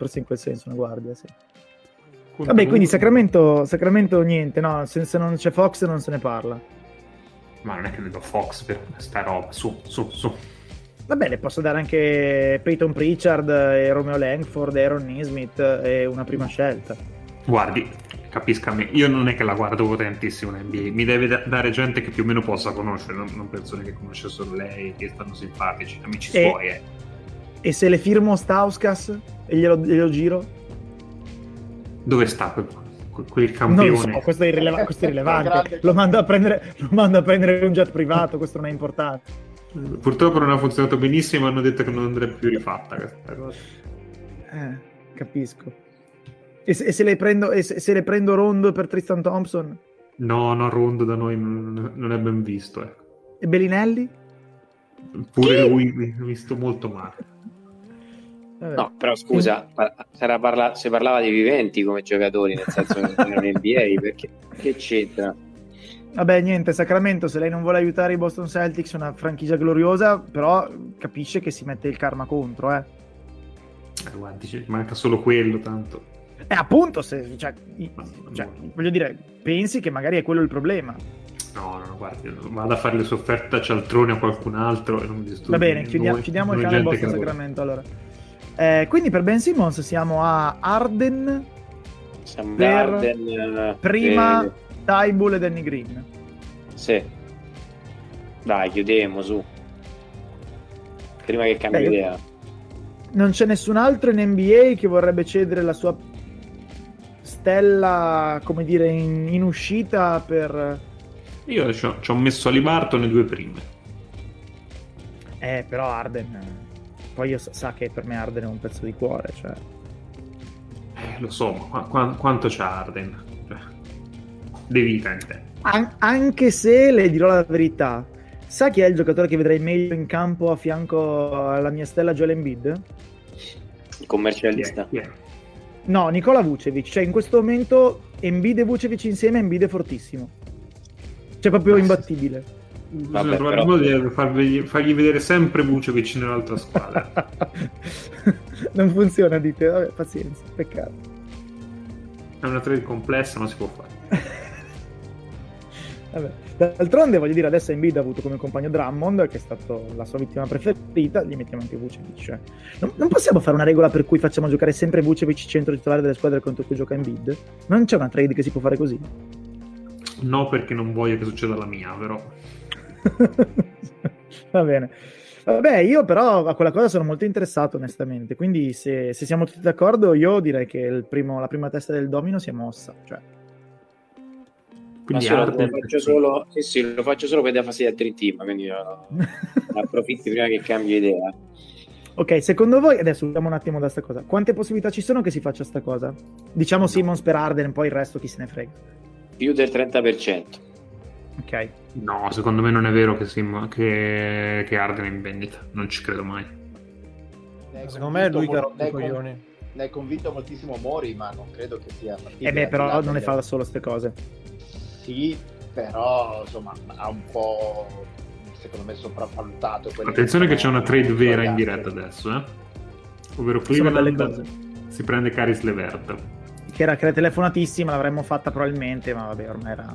forse in quel senso una guardia, sì. Vabbè, quindi Sacramento, Sacramento niente, no, se, se non c'è Fox non se ne parla. Ma non è che vedo Fox per questa roba, su, su, su. Vabbè, le posso dare anche Peyton Pritchard e Romeo Langford e Aaron Nesmith e una prima scelta. Guardi, capisca me, io non è che la guardo potentissimo in N B A, mi deve da- dare gente che più o meno possa conoscere, non, non persone che conosce solo lei, che stanno simpatici, amici e, suoi. Eh. E se le firmo Stauskas e glielo, glielo giro? Dove sta quel, quel campione? Non lo so, questo è, irrileva- questo è irrilevante. Lo mando a prendere, lo mando a prendere un jet privato, questo non è importante. Purtroppo non ha funzionato benissimo, hanno detto che non andrebbe più rifatta questa cosa. Eh, capisco. E se, e se le prendo e se, se le prendo Rondo per Tristan Thompson? No, no, Rondo da noi non, non è ben visto. Eh. E Bellinelli? Pure Chi? Lui mi ha visto molto male. Vabbè. No, però scusa, sarà parla- se parlava di viventi come giocatori, nel senso che non N B A, perché che c'entra? Vabbè, niente, Sacramento, se lei non vuole aiutare i Boston Celtics, una franchigia gloriosa, però capisce che si mette il karma contro, eh. Eh, guardi, manca solo quello, tanto. Eh, appunto, se, cioè, cioè, voglio dire, pensi che magari è quello il problema. No, no, guardi, vado a fare le sue offerte a Cialtrone o a qualcun altro e non mi disturbi. Va bene, chiudiamo, noi, chiudiamo noi il canale Boston Sacramento, allora. Eh, quindi per Ben Simmons siamo a Arden siamo per Arden, prima eh... Thybulle e Danny Green. Sì. Dai, chiudiamo su. Prima che cambi Beh, idea. Non c'è nessun altro in N B A che vorrebbe cedere la sua stella, come dire, in, in uscita per... Io ci ho, ci ho messo Haliburton e due prime. Eh, però Arden... Poi io sa che per me Arden è un pezzo di cuore, cioè... Eh, lo so, ma qu- quanto c'ha Arden? Cioè, De vita in te. An- anche se, le dirò la verità, sa chi è il giocatore che vedrei meglio in campo a fianco alla mia stella Joel Embiid? Il commercialista. Yeah, yeah. No, Nikola Vucevic. Cioè, in questo momento Embiid e Vucevic insieme, Embiid è fortissimo. Cioè, proprio imbattibile. Bisogna trovare il modo di fargli, fargli vedere sempre Vucevic nell'altra squadra. Non funziona, dite. Vabbè, pazienza, peccato. È una trade complessa, ma si può fare. Vabbè. D'altronde, voglio dire, adesso Embiid ha avuto come compagno Drummond, che è stato la sua vittima preferita, gli mettiamo anche Vucevic. Cioè, non, non possiamo fare una regola per cui facciamo giocare sempre Vucevic centro titolare delle squadre contro cui gioca Embiid? Non c'è una trade che si può fare così? No, perché non voglio che succeda la mia, però. Va bene. Vabbè, io però a quella cosa sono molto interessato, onestamente. Quindi, se, se siamo tutti d'accordo, io direi che il primo, la prima testa del domino si è mossa. Cioè. Quindi Ma lo faccio solo, sì, sì, lo faccio solo per dare fastidio a Dream Team, quindi uh, approfitti prima che cambi idea. Ok, secondo voi, adesso usciamo un attimo da sta cosa, quante possibilità ci sono che si faccia sta cosa? Diciamo no. Simmons per Arden, poi il resto chi se ne frega. Più del trenta per cento. Ok. No, secondo me non è vero che, Sim- che, che Arden è in vendita, non ci credo mai. Secondo me è lui che ha rotto i coglioni. Ne hai convinto moltissimo Mori, ma non credo che sia partito. Eh beh, però non ne fa da solo ste cose. Sì, però insomma ha un po', secondo me, sopravvalutato. Attenzione che, che c'è una trade vera in diretta adesso, eh? Ovvero Cleveland si prende Caris LeVert. Che era, che era telefonatissima, l'avremmo fatta probabilmente, ma vabbè, ormai era...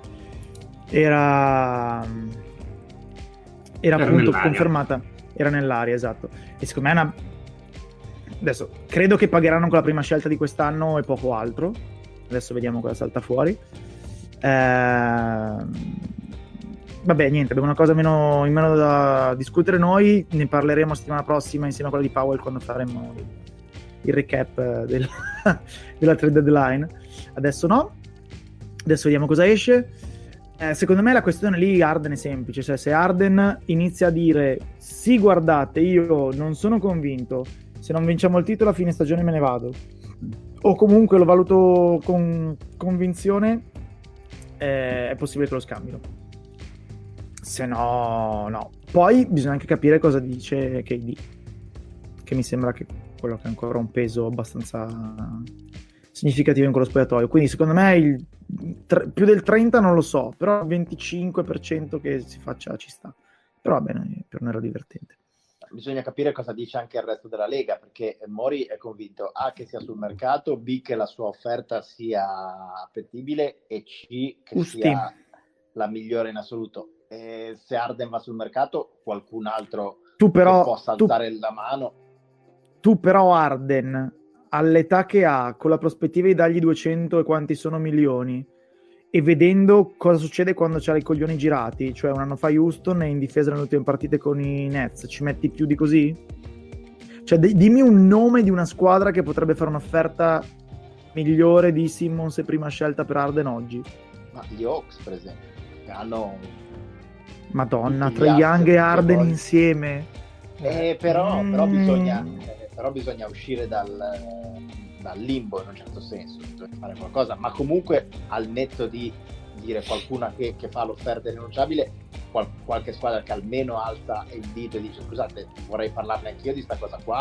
Era... Era, era appunto nell'aria. Confermata. Era nell'aria, esatto. E secondo me è una... Adesso, credo che pagheranno con la prima scelta di quest'anno e poco altro. Adesso vediamo cosa salta fuori. Eh... Vabbè, niente, abbiamo una cosa meno, in meno da discutere noi. Ne parleremo settimana prossima insieme a quella di Powell quando faremo il recap del, della trade deadline. Adesso no. Adesso vediamo cosa esce. Eh, secondo me la questione lì Arden è semplice. Cioè, se Arden inizia a dire sì, guardate, io non sono convinto, se non vinciamo il titolo a fine stagione me ne vado, o comunque lo valuto con convinzione, eh, è possibile che lo scambino. Se no, no. Poi bisogna anche capire cosa dice K D, che mi sembra che quello che ha ancora un peso abbastanza significativo in quello spogliatoio. Quindi secondo me il, tre, più del trenta non lo so, però il venticinque per cento che si faccia ci sta. Però va bene, per noi era divertente. bisogna capire cosa dice anche il resto della Lega, perché Mori è convinto A che sia sul mercato, B che la sua offerta sia appetibile e C che Usti. sia la migliore in assoluto. E se Harden va sul mercato, qualcun altro Tu però, che possa tu, alzare la mano. tu però Harden, all'età che ha, con la prospettiva di dargli duecento e quanti sono milioni, e vedendo cosa succede quando c'ha i coglioni girati, cioè un anno fa Houston è in difesa nelle ultime partite con i Nets, ci metti più di così? Cioè d- dimmi un nome di una squadra che potrebbe fare un'offerta migliore di Simmons e prima scelta per Harden oggi. Ma gli Hawks, per esempio, che hanno Madonna, tutti gli tra Young asset e che Harden voglio. insieme. Eh, però, Mm. però, bisogna, eh, però bisogna uscire dal, dal limbo in un certo senso, bisogna fare qualcosa, ma comunque al netto di dire qualcuna che, che fa l'offerta irrinunciabile, qual- qualche squadra che almeno alza il dito e dice scusate, vorrei parlarne anch'io di sta cosa qua,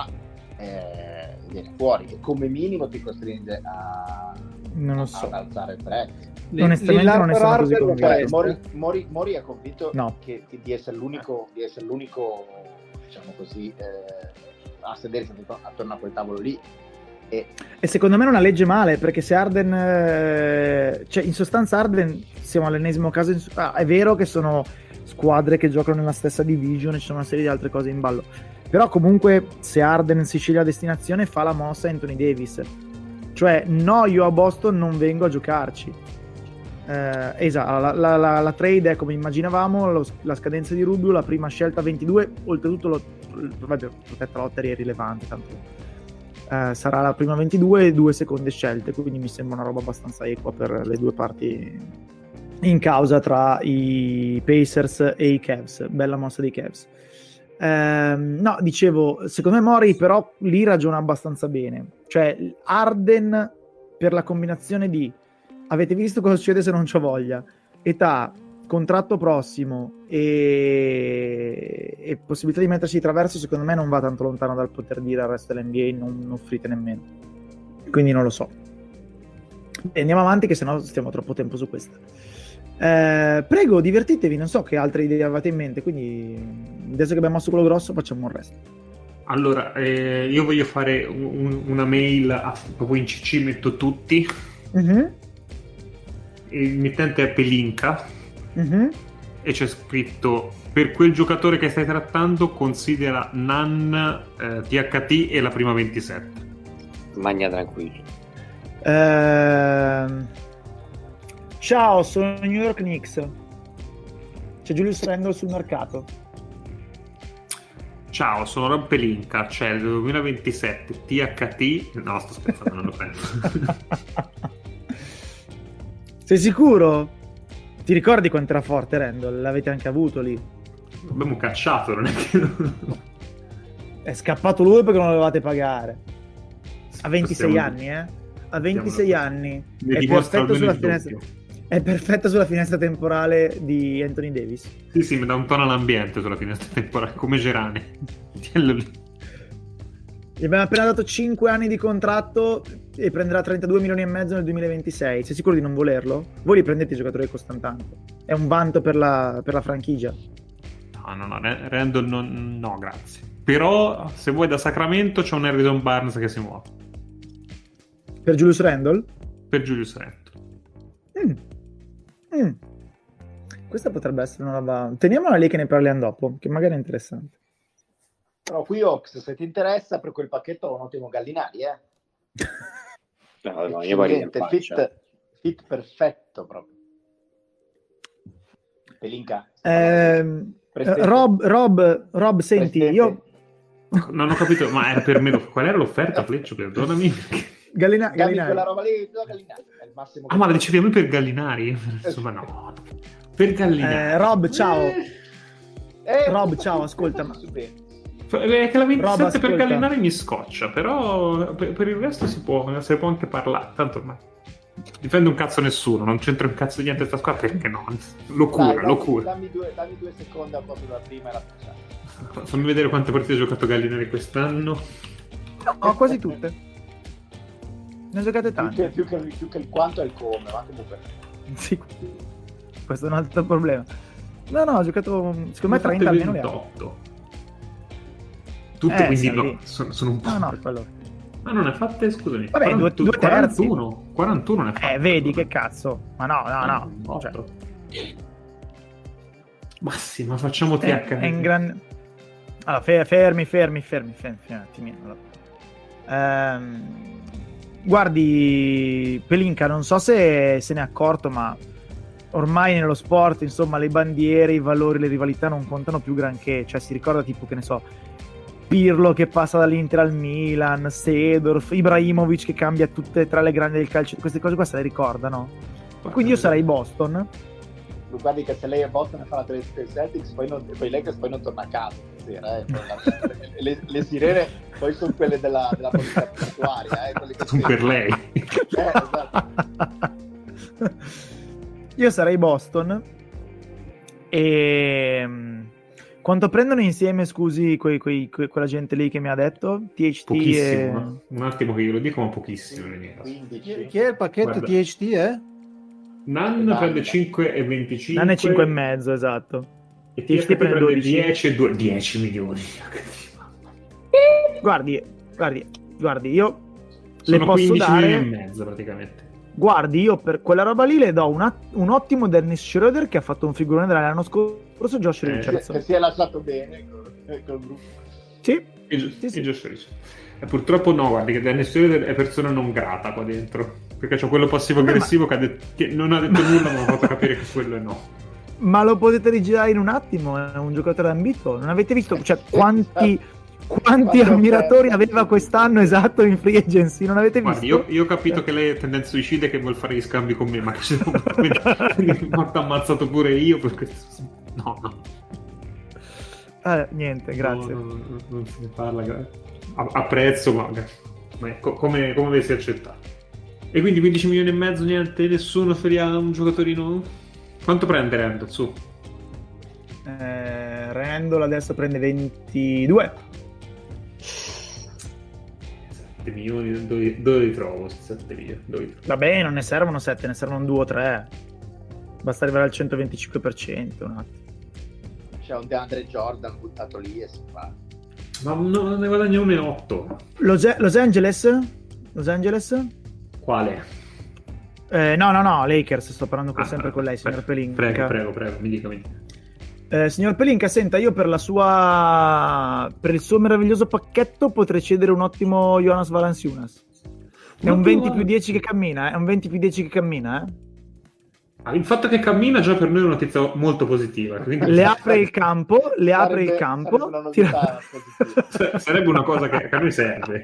eh, viene fuori e come minimo ti costringe a, Non lo ad so. alzare il prezzo. Onestamente Lillard non ne per sono così Harden lo convinto. faresti? Mori, Mori, Mori è convinto No. che, che di essere l'unico, di essere l'unico, diciamo così, eh, a sedersi attorno a quel tavolo lì. E E secondo me non la legge male, perché se Harden, eh, cioè in sostanza Harden siamo all'ennesimo caso, in- ah, è vero che sono squadre che giocano nella stessa division e ci sono una serie di altre cose in ballo, però comunque se Harden si sceglie la destinazione fa la mossa Anthony Davis, cioè no, io a Boston non vengo a giocarci. Eh, esatto, la, la, la, la trade è come immaginavamo, lo- la scadenza di Rubio, la prima scelta ventidue, oltretutto lo, vabbè, protetta lottery è irrilevante, tanto eh, sarà la prima ventidue e due seconde scelte, quindi mi sembra una roba abbastanza equa per le due parti in causa tra i Pacers e i Cavs. Bella mossa dei Cavs. Ehm, no, dicevo, secondo me Mori però lì ragiona abbastanza bene, cioè Harden per la combinazione di avete visto cosa succede se non c'ho voglia, età, contratto prossimo e... e possibilità di mettersi di traverso, secondo me non va tanto lontano dal poter dire al resto dell'N B A non, non offrite nemmeno, quindi non lo so. E andiamo avanti che sennò stiamo troppo tempo su questa. Eh, prego, divertitevi, non so che altre idee avete in mente, quindi adesso che abbiamo mosso quello grosso facciamo il resto. Allora, eh, io voglio fare un- una mail a, proprio in C C, metto tutti. Mm-hmm. Il mittente è Pelinka Mm-hmm. e c'è scritto: per quel giocatore che stai trattando considera Nan, eh, T H T e la prima ventisette. Magna tranquillo. Ehm, Ciao, sono New York Knicks. C'è Julius Randle sul mercato. Ciao, sono Rob Pelinka, c'è il duemilaventisette T H T. No, sto scherzando, non lo prendo. Sei sicuro? Ti ricordi quanto era forte Randle? L'avete anche avuto lì. L'abbiamo cacciato, non è che... È scappato lui perché non lo dovevate pagare. A ventisei Possiamo- anni, eh? A ventisei anni. Ne È dimostra perfetto, almeno sulla il finestra... doppio. È perfetto sulla finestra temporale di Anthony Davis. Sì, sì, mi dà un tono all'ambiente sulla finestra temporale, come Gerani. Tienilo lì. Gli abbiamo appena dato cinque anni di contratto e prenderà trentadue milioni e mezzo nel duemilaventisei. Sei sicuro di non volerlo? Voi li prendete i giocatori che costano tanto. È un vanto per la, per la franchigia. No, no, no, Ra- Randall non... no, grazie. Però, se vuoi da Sacramento, c'è un Harrison Barnes che si muove. Per Julius Randle? Per Julius Randle. Mm. Mm. Questa potrebbe essere una roba... Teniamola lì che ne parliamo dopo, che magari è interessante. però qui Ox, se ti interessa, per quel pacchetto ho un ottimo Gallinari, eh? No, no, io poi Eccellente, fit, fit perfetto proprio. Pelinka. Ehm, Prestette. eh, Rob, Rob, Rob, senti, Prestette. io... Non ho capito, ma era per me... Qual era l'offerta, Fleccio? Perdonami. Gallina, Dammi Gallinari. quella roba lì, do Gallinari, è il massimo. Ah, che ma la puoi. dicevi a lui per Gallinari? Insomma, no. Per Gallinari. Eh, Rob, ciao. Eh, Rob, questo ciao, qui- ascolta, questo ma- su bene. È che la ventisette Rob, per ascolta. Gallinari mi scoccia, però per, per il resto si può, se ne può anche parlare. Tanto ormai difende un cazzo nessuno, non c'entra un cazzo di niente sta squadra, perché no? Lo cura, Dai, lo dammi, cura. dammi, due, dammi due secondi al posto della prima e la facciamo. Fammi vedere quante partite ha giocato Gallinari quest'anno. No, quasi tutte. Ne ho giocate Più tante. che, più, che, più che il quanto è il come, ma comunque. Sì. Questo è un altro problema. No, no, ho giocato, secondo me Ne ha fatte trenta almeno le ha. ventotto. tutte, Eh, quindi sai. no, sono, sono un po'... No, no, quello. Ma non ne ha fatte, scusami. Vabbè, due- quarantuno, due terzi. quarantuno, quarantuno ne ha fatte. Eh, vedi allora. che cazzo. Ma no, no, Ah, no. Cioè, otto. Ma sì, ma facciamo T è, H. è in gran... Allora, fe- fermi, fermi, fermi, fermi, fermi un attimino. Allora. Ehm, guardi, Pelinka, non so se se ne è accorto, ma ormai nello sport, insomma, le bandiere, i valori, le rivalità non contano più granché. Cioè, si ricorda tipo, che ne so, Pirlo che passa dall'Inter al Milan, Seedorf, Ibrahimovic che cambia tutte e tre le grandi del calcio. Queste cose qua se le ricordano. Quindi io sarei Boston. Guardi che se lei è Boston e fa la televisione dei Celtics, poi, non, poi Lakers poi non torna a casa stasera, eh. Poi la, le, le, le sirene poi sono quelle della, della polizia portuaria, eh, quelle che Sono per lei. Eh, esatto. Io sarei Boston. E quanto prendono insieme, scusi, quei, quei, que- quella gente lì che mi ha detto? T H T Pochissimo, e... no? Un attimo che io lo dico, ma pochissimo. in linea. quindici. Chi è il pacchetto Guarda. T H T, eh? Nan Nan. prende cinque e venticinque. Non è cinque e mezzo, esatto. E T H T prende dodici. dieci e due, dieci milioni. Guardi, guardi, guardi, io Sono le posso quindici milioni e dare... mezzo praticamente. Guardi, io per quella roba lì le do un, at- un ottimo Dennis Schroeder che ha fatto un figurone dell'anno scorso, Josh Eh, Richardson. Che si è lasciato bene col, col gruppo. Sì, E, Gio- Sì, sì. e Josh Richardson. E purtroppo no, guardi che Dennis Schroeder è persona non grata qua dentro. Perché c'è quello passivo-aggressivo che, ha det- che non ha detto nulla, ma ha fatto capire che quello è no. ma lo potete rigirare in un attimo, è un giocatore ambito. Non avete visto, cioè, quanti, quanti Quante ammiratori offerte. aveva quest'anno, esatto, in free agency? Non avete visto? Guardi, io, io ho capito che lei è tendenza suicida e che vuol fare gli scambi con me, ma che se no, quindi, quindi mi ha ammazzato pure io per questo. No, no. Eh, niente, grazie. No, no, no, non se ne parla. gra- a- Apprezzo, ma, ma ecco, come, come avessi accettato. E quindi quindici milioni e mezzo, niente, nessuno feria un giocatorino? Quanto prende Randall, su? Eh, Randall adesso prende ventidue. sette milioni, dove, dove li trovo? sette milioni, dove li trovo? Vabbè, non ne servono sette, ne servono due o tre. Basta arrivare al centoventicinque per cento. Un attimo. C'è un DeAndre Jordan buttato lì e si fa. Ma no, ne guadagna uno e otto. Los, Los Angeles? Los Angeles? Quale? Eh, no, no, no, Lakers, sto parlando con- Ah, sempre con lei, signor pre- Pelinka. Prego, prego, prego, mi dica, mi dica. Eh, signor Pelinka, senta, io per la sua per il suo meraviglioso pacchetto potrei cedere un ottimo Jonas Valanciunas. È un venti più dieci che cammina, eh? È un venti più dieci che cammina, eh? Ah, il fatto che cammina già per noi è una notizia molto positiva. Quindi Le apre il campo, le apre il Sarebbe- campo. sarebbe una novità positiva. sarebbe una cosa che, che a noi serve.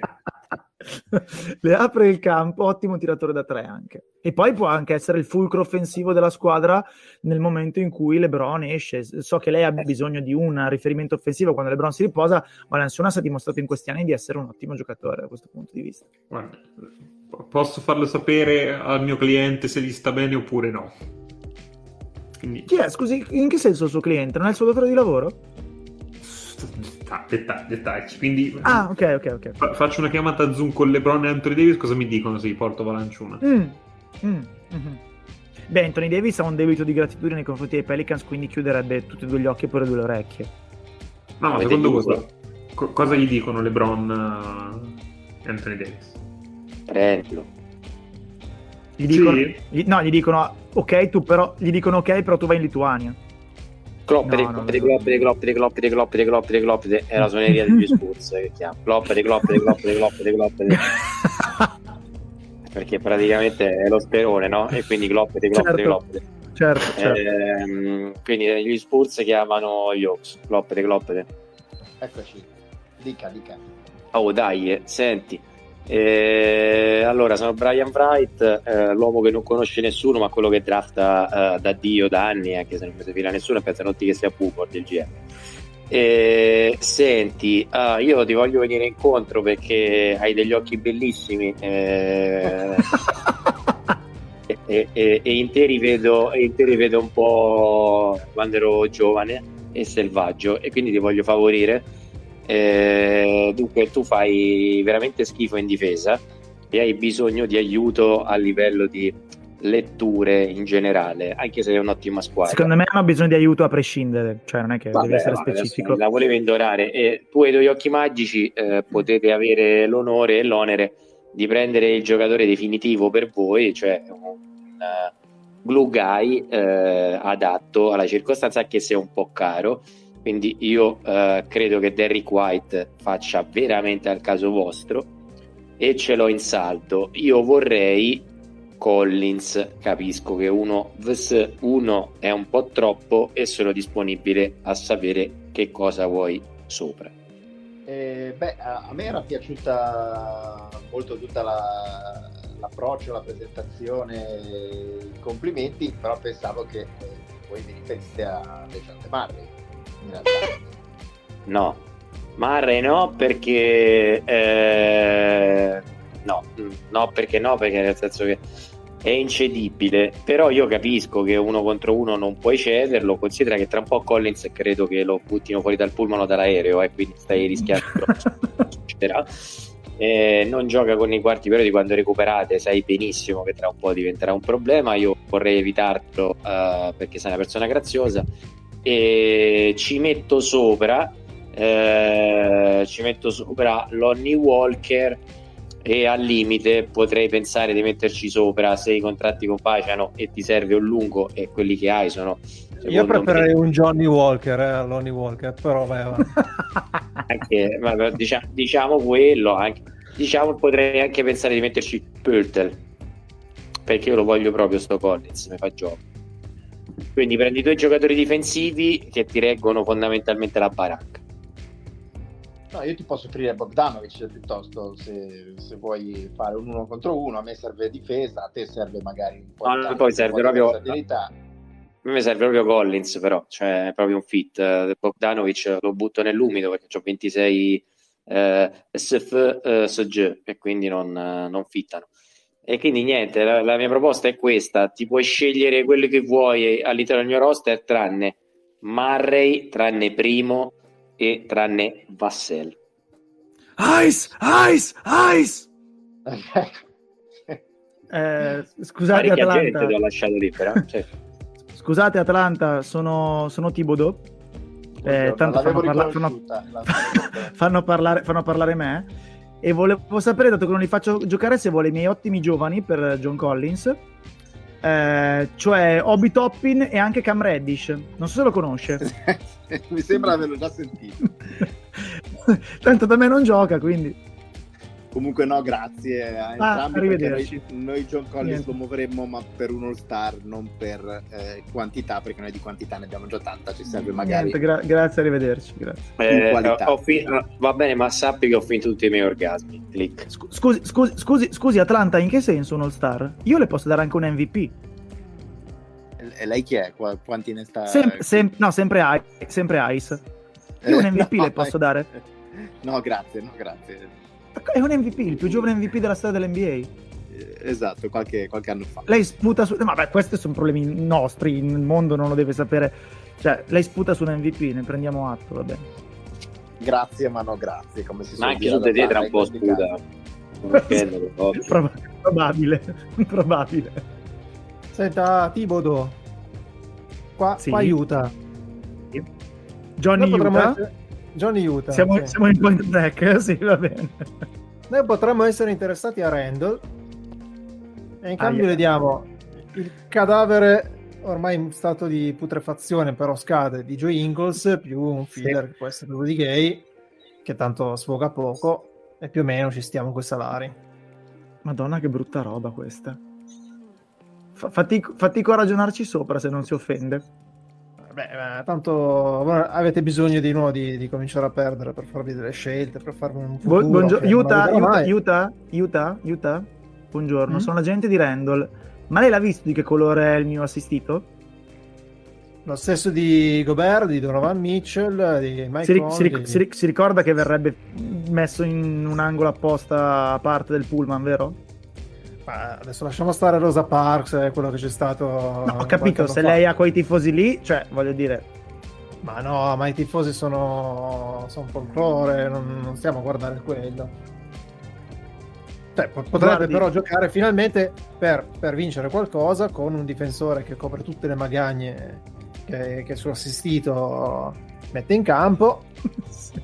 Le apre il campo, ottimo tiratore da tre anche. E poi può anche essere il fulcro offensivo della squadra nel momento in cui LeBron esce. So che lei ha bisogno di un riferimento offensivo quando LeBron si riposa, ma Valanciunas ha dimostrato in questi anni di essere un ottimo giocatore da questo punto di vista. Guarda, posso farlo sapere al mio cliente se gli sta bene oppure no. Quindi, Chi è? Scusi, in che senso il suo cliente? Non è il suo datore di lavoro? dettagli, dettagli. Quindi Ah, ok, ok, ok. fa- faccio una chiamata a Zoom con LeBron e Anthony Davis, cosa mi dicono se gli porto Valanciunas? Mm, mm, mhm. Beh, Anthony Davis ha un debito di gratitudine nei confronti dei Pelicans, quindi chiuderebbe tutti e due gli occhi e pure due le orecchie. No, ma Avete secondo voi chiuso? co- cosa gli dicono LeBron uh, e Anthony Davis? Prendilo. Gli dicono, Sì? gli- no, gli dicono ok, tu però gli dicono ok, però tu vai in Lituania. Cloppere, No, no, cloppere, no. cloppere, cloppere, cloppere, cloppere, cloppere, cloppere, è la suoneria degli Spurs che chiama. Cloppere, cloppere, cloppere, cloppere, cloppere. Perché praticamente è lo sperone, no? E quindi cloppere, cloppere, Certo. cloppere. certo, certo. Ehm, quindi gli Spurs chiamano gli Hawks. Cloppere, cloppere. Eccoci. Dica, dica. Oh dai, eh, senti. Eh, allora sono Brian Wright, eh, l'uomo che non conosce nessuno, ma quello che drafta eh, da Dio da anni, anche se non mi fila nessuno, e pensa non ti che sia Buford il G M. Eh, senti, ah, io ti voglio venire incontro perché hai degli occhi bellissimi eh, e, e, e, e in te rivedo, e in te rivedo un po' quando ero giovane e selvaggio, e quindi ti voglio favorire. Eh, dunque tu fai veramente schifo in difesa e hai bisogno di aiuto a livello di letture in generale, anche se è un'ottima squadra. Secondo me hanno bisogno di aiuto a prescindere, cioè non è che Vabbè, deve essere vabbè, specifico. La volevo indorare. E tu e i tuoi occhi magici eh, potete avere l'onore e l'onere di prendere il giocatore definitivo per voi, cioè un uh, glue guy eh, adatto alla circostanza, anche se è un po' caro. Quindi io uh, credo che Derrick White faccia veramente al caso vostro e ce l'ho in saldo. Io vorrei Collins, capisco che uno vs uno è un po' troppo e sono disponibile a sapere che cosa vuoi sopra. Eh, beh, a, a me era piaciuta molto tutta la, l'approccio, la presentazione, i complimenti, però pensavo che eh, voi vi riferiste a Dejounte Murray in realtà. No, Murray no, perché eh, no, no perché no, perché nel senso che è incedibile, però io capisco che uno contro uno non puoi cederlo, considera che tra un po' Collins credo che lo buttino fuori dal pullman o dall'aereo e eh, quindi stai rischiando succederà. Eh, non gioca con i quarti periodi, quando recuperate sai benissimo che tra un po' diventerà un problema. Io vorrei evitarlo uh, perché sei una persona graziosa e ci metto sopra eh, ci metto sopra Lonnie Walker e al limite potrei pensare di metterci sopra se i contratti compaciano e ti serve un lungo e quelli che hai sono, io preferirei me, un Johnny Walker eh, Lonnie Walker, però vai avanti. anche, vabbè, diciamo, diciamo quello anche, diciamo potrei anche pensare di metterci Purtle perché io lo voglio proprio sto Collins, mi fa gioco. Quindi prendi due giocatori difensivi che ti reggono fondamentalmente la baracca. No, io ti posso offrire Bogdanovic piuttosto, se, se vuoi fare un uno contro uno. A me serve difesa, a te serve magari un po' no, di, no, poi serve proprio versatilità. A me serve proprio Collins, però cioè è proprio un fit. Bogdanovic lo butto nell'umido perché ho ventisei eh, S F eh, S G e quindi non, eh, non fittano. E quindi niente, la, la mia proposta è questa: ti puoi scegliere quello che vuoi all'interno del mio roster tranne Murray, tranne Primo e tranne Vassell. Ice, ice, ice. eh, scusate Atlanta, gente ti ho lasciato lì però, cioè. Scusate Atlanta, sono, sono Thibodeau. Eh, tanto fanno, parla- fanno, fanno, parlare, fanno parlare me e volevo sapere, dato che non li faccio giocare, se vuole i miei ottimi giovani per John Collins, eh, cioè Obi Toppin e anche Cam Reddish. Non so se lo conosce. Mi sembra averlo già sentito. Tanto da me non gioca, quindi comunque no, grazie a entrambi, ah, arrivederci. Noi, noi John Collins Niente. Lo muoveremmo ma per un all star, non per eh, quantità, perché noi di quantità ne abbiamo già tanta, ci serve magari Niente, gra- grazie, arrivederci, grazie. Eh, ho fin- va bene, ma sappi che ho finito tutti i miei orgasmi. Click. Scusi, scusi, scusi, scusi Atlanta, in che senso un all star? Io le posso dare anche un M V P. E lei chi è? Qu- quanti ne sta? Sem- sem- no, sempre, I- sempre Ice. Io un M V P no, le posso ma... dare? No, grazie, no, grazie. È un M V P, il più giovane M V P della storia dell'N B A. Esatto, qualche, qualche anno fa. Lei sputa su... Vabbè, questi sono problemi nostri, il mondo non lo deve sapere. Cioè, lei sputa su un M V P, ne prendiamo atto, va bene. Grazie, ma no grazie, come si ma anche su te tra un po' sputa. Prob- probabile, probabile. Senta, Thibodeau, qua, sì. qua aiuta. Johnny Utah. Essere... Johnny Utah. Siamo, sì. siamo in point black, sì, va bene. Noi potremmo essere interessati a Randall e in cambio ah, le diamo il cadavere ormai in stato di putrefazione, però scade, di Joe Ingles più un filler sì. che può essere quello di Gay, che tanto sfoga poco, e più o meno ci stiamo con quei salari. Madonna, che brutta roba questa. Fa- fatico, fatico a ragionarci sopra, se non si offende. Beh, beh, tanto avete bisogno di nuovo di, di cominciare a perdere per farvi delle scelte, per farvi un futuro. Buongiorno, Utah, Utah, Utah, Utah, Utah, buongiorno, mm? sono l'agente di Randall. Ma lei l'ha visto di che colore è il mio assistito? Lo stesso di Gobert, di Donovan Mitchell, di Mike si, Conley, si, ric- si, ric- si ricorda che verrebbe messo in un angolo apposta a parte del pullman, vero? Ma adesso lasciamo stare Rosa Parks, è quello che c'è stato. No, ho capito, se fa. Lei ha quei tifosi lì, cioè, voglio dire. Ma no, ma i tifosi sono, sono folklore, non, non stiamo a guardare quello. Cioè, potrebbe Guardi. però giocare finalmente per, per vincere qualcosa con un difensore che copre tutte le magagne che, che il suo assistito mette in campo. Sì.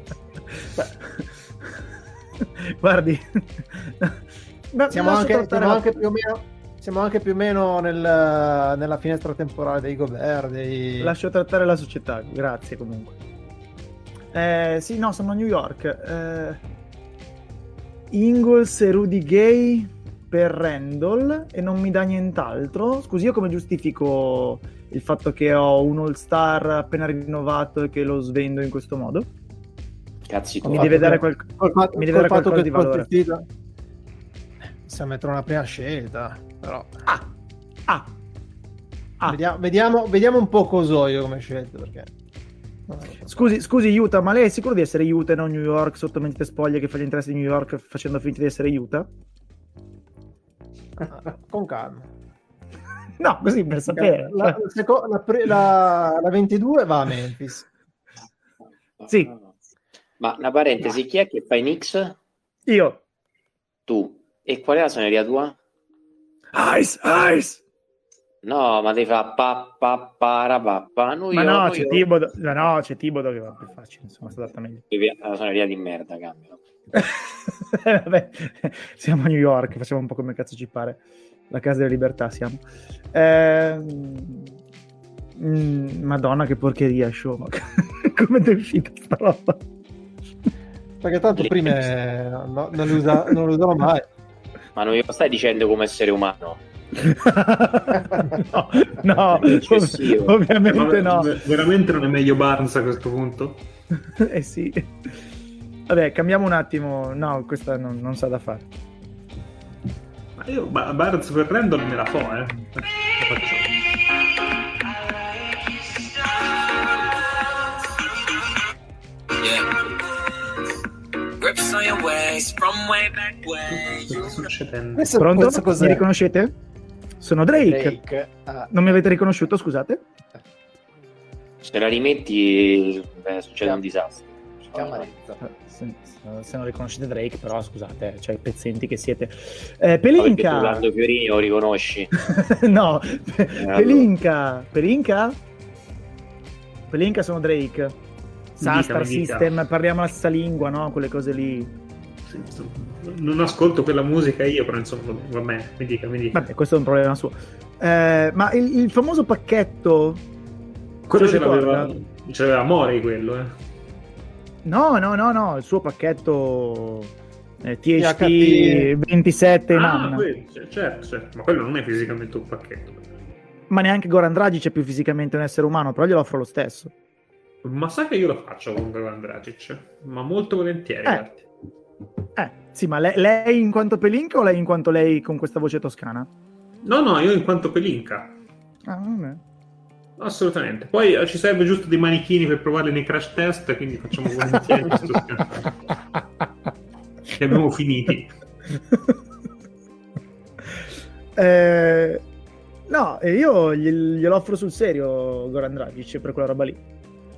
Guardi, siamo anche, siamo, anche più o meno, siamo anche più o meno nel, nella finestra temporale dei Gobert. Dei... Lascio trattare la società, grazie comunque. Eh, sì, no, sono a New York. Eh... Ingles e Rudy Gay per Randall e non mi dà nient'altro. Scusi, io come giustifico il fatto che ho un all-star appena rinnovato e che lo svendo in questo modo? Cazzi, mi deve dare, qual... fatto, mi deve dare qualcosa di valore. Possiamo mettere una prima scelta, però ah. Ah. Ah. Vediamo, vediamo, vediamo un po' Cosoio come scelta, perché Scusi, scusi Utah, ma lei è sicuro di essere Utah e non New York sotto mentite spoglie che fa gli interessi di New York facendo finta di essere Utah? Con calma. No, così per sapere. La, la, la, la, la ventidue va a Memphis. Sì. Ma una parentesi, chi è che fa i Knicks? Io. Tu. E qual è la suoneria tua? Ice, Ice. No, ma devi fare pa pa para pa pa. No, ma io, no, no, c'è io. Tibodo, no, no, c'è Tibodo che va più facile, insomma, sta adatta meglio. La suoneria di merda, cambia. Vabbè, siamo a New York, facciamo un po' come cazzo ci pare. La casa della libertà siamo. Eh, mm, Madonna, che porcheria, show. Come è uscita sta roba? Perché tanto prima no, non, li usa, non lo usano mai. Ma non lo stai dicendo come essere umano? no, no ov- ovviamente no. Veramente non è meglio Barnes a questo punto? Eh sì. Vabbè, cambiamo un attimo. No, questa non, non sa da fare. Ma io Barnes per Randall me la fo, eh. Lo faccio. Cosa sta succedendo? Questo, Pronto? Questo mi riconoscete? Sono Drake. Drake. Ah. Non mi avete riconosciuto, scusate? Se la rimetti beh, succede un disastro. Se, se non riconoscete Drake, però scusate, c'è cioè, pezzenti che siete. Eh, Pelinka. Orlando Fiorini lo riconosci? No, Pe- Pelinka. Pelinka? Pelinka sono Drake. Sa Star System, parliamo la stessa lingua, no? Quelle cose lì. Non ascolto quella musica io, però insomma, va bene, mi dica, mi dica. Vabbè, questo è un problema suo. Eh, ma il, il famoso pacchetto... Quello ce l'aveva, ce l'aveva Morey, quello, eh. No, no, no, no, il suo pacchetto eh, T H T ventisette ah, N A N. Quello, certo, certo, ma quello non è fisicamente un pacchetto. Ma neanche Goran Dragic è più fisicamente un essere umano, però glielo offro lo stesso. Ma sai che io lo faccio con Goran Dragic? Ma molto volentieri, eh. Eh, sì, ma lei, lei in quanto Pelinka o lei in quanto lei con questa voce toscana? No, no, io in quanto Pelinka. Ah, vabbè. Assolutamente. Poi eh, ci serve giusto dei manichini per provarli nei crash test, quindi facciamo volentieri questo scherzo. Li abbiamo finiti. eh, no, io glielo offro sul serio Goran Dragic per quella roba lì.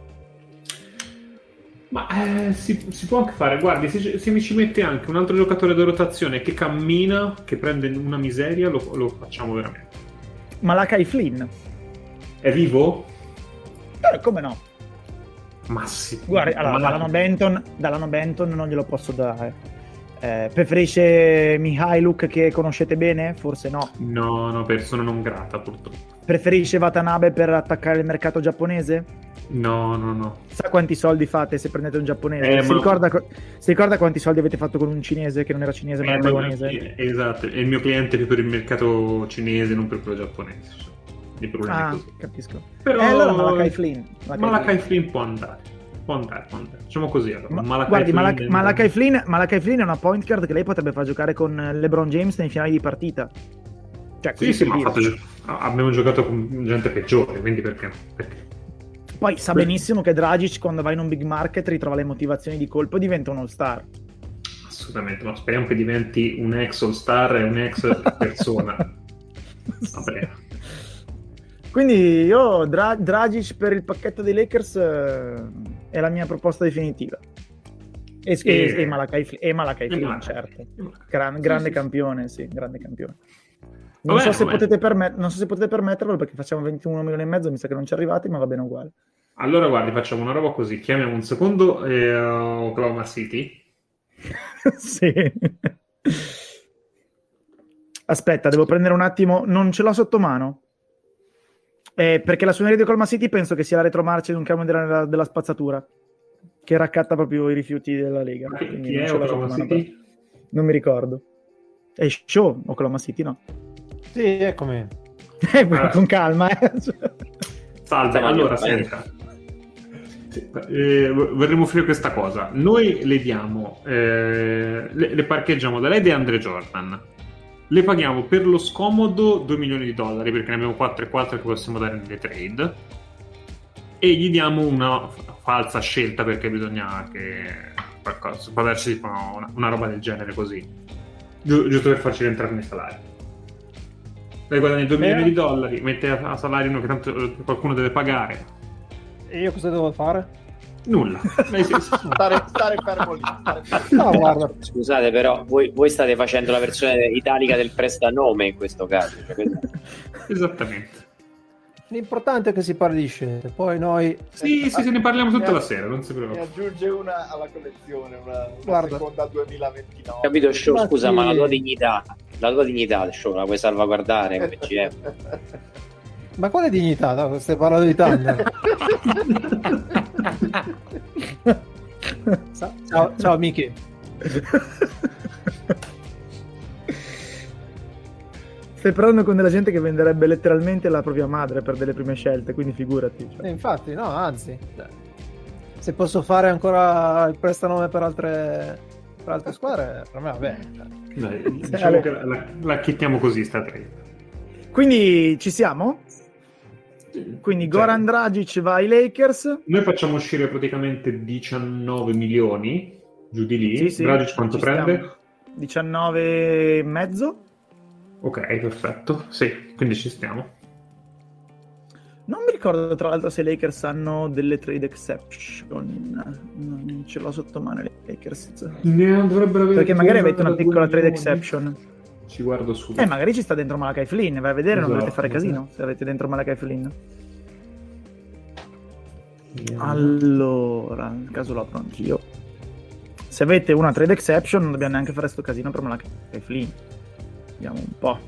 Ma eh, si, si può anche fare, guardi, se, se mi ci mette anche un altro giocatore di rotazione che cammina, che prende una miseria, lo, lo facciamo veramente. Malachi Flynn è vivo? Eh, come no? Ma sì. Guardi, allora, Dall'Ano Benton, Dall'Ano Benton non glielo posso dare. Eh, preferisce Mihailuk che conoscete bene? Forse no. No, no, persona non grata purtroppo. Preferisce Watanabe per attaccare il mercato giapponese? No, no, no. Sa quanti soldi fate se prendete un giapponese? Eh, si, ma... ricorda, si ricorda quanti soldi avete fatto con un cinese che non era cinese ma eh, era taiwanese? Eh, esatto, è il mio cliente più per il mercato cinese, non per quello giapponese. I problemi ah, così. Capisco. Però... Eh, allora Malachi Flynn. Malachi, Malachi Flynn può andare. Può andare, può andare. Facciamo così allora. Ma, Malachi guardi, Flynn Malachi, Malachi, Flynn, Malachi Flynn è una point guard che lei potrebbe far giocare con LeBron James nei finali di partita. Cioè, sì, sì, ma fatto gio- abbiamo giocato con gente peggiore, quindi perché? Perché? Poi sa benissimo che Dragic quando va in un big market ritrova le motivazioni di colpo e diventa un all-star. Assolutamente, ma speriamo che diventi un ex all-star e un ex persona. Vabbè. Quindi io Dra- Dragic per il pacchetto dei Lakers eh, è la mia proposta definitiva. E, e, e Malakai Flynn, e Malakai Flynn, Malakai. certo. Gran, grande sì, sì, campione, sì, grande campione. Non, Vabbè, so se vabbè. potete permet- non so se potete permetterlo perché facciamo ventuno milioni e mezzo, mi sa che non ci arrivate, ma va bene uguale. Allora, guardi, facciamo una roba così. Chiamiamo un secondo eh, Oklahoma City. Sì. Aspetta, devo prendere un attimo, non ce l'ho sotto mano. Eh, perché la suoneria di Oklahoma City penso che sia la retromarcia di un camion della, della spazzatura che raccatta proprio i rifiuti della Lega. Ma chi, Quindi chi non è ce l'ho Oklahoma sotto mano, City? però. Non mi ricordo. È show Oklahoma City, no? Sì, eccomi. Eh, Allora. con calma, eh. Salve, Stamattina, allora, vai. senta. Eh, vorremmo offrire questa cosa. Noi le diamo, eh, le, le parcheggiamo da lei di Andre Jordan. Le paghiamo per lo scomodo due milioni di dollari perché ne abbiamo quattro e quattro che possiamo dare nelle trade. E gli diamo una f- falsa scelta perché bisogna che qualcosa, può darci tipo una, una roba del genere così, Giu- giusto per farci rientrare nei salari. Lei guadagna due milioni di dollari, mette a, a salario uno che tanto eh, qualcuno deve pagare. E io cosa devo fare? Nulla. Lei si- Stare, stare fermo lì. Stare fermo. No, guarda. Scusate, però voi, voi state facendo la versione italica del prestanome in questo caso. Cioè, quindi- Esattamente. L'importante è che si parli di scelte, poi noi... Sì, sì, se ne parliamo tutta Mi- la sera, non si Ne preoccupi. aggiunge una alla collezione, una, una Guarda. seconda duemilaventinove. Capito, show, Ma scusa, sì. ma la tua dignità, la tua dignità, show, la puoi salvaguardare come G M. Ma quale dignità? No? Stai parlando di Thunder. ciao, ciao Miki. Stai parlando con della gente che venderebbe letteralmente la propria madre per delle prime scelte, quindi figurati. Cioè. Eh, infatti, no, anzi, cioè, se posso fare ancora il prestanome per altre, per altre squadre, per me va bene. Cioè. Dai, Sì, diciamo Ale. che la, la, la chittiamo così sta trade. Quindi ci siamo? Quindi Cioè, Goran Dragic va ai Lakers. noi facciamo uscire praticamente diciannove milioni giù di lì. Sì, sì, Dragic quanto ci prende? stiamo. diciannove e mezzo. Ok, perfetto. Sì, quindi ci stiamo. Non mi ricordo tra l'altro se i Lakers hanno delle trade exception. Non ce l'ho sotto mano i Lakers. Ne dovrebbero avere Perché magari una avete una da piccola due trade milioni. exception. Ci guardo subito. Eh, magari ci sta dentro Malakai Flynn. Vai a vedere, non Esatto, dovete fare casino esatto. se avete dentro Malakai Flynn. Vediamo. Allora, nel caso lo apro anch'io. Se avete una trade exception non dobbiamo neanche fare sto casino per Malakai Flynn. Vediamo un po'.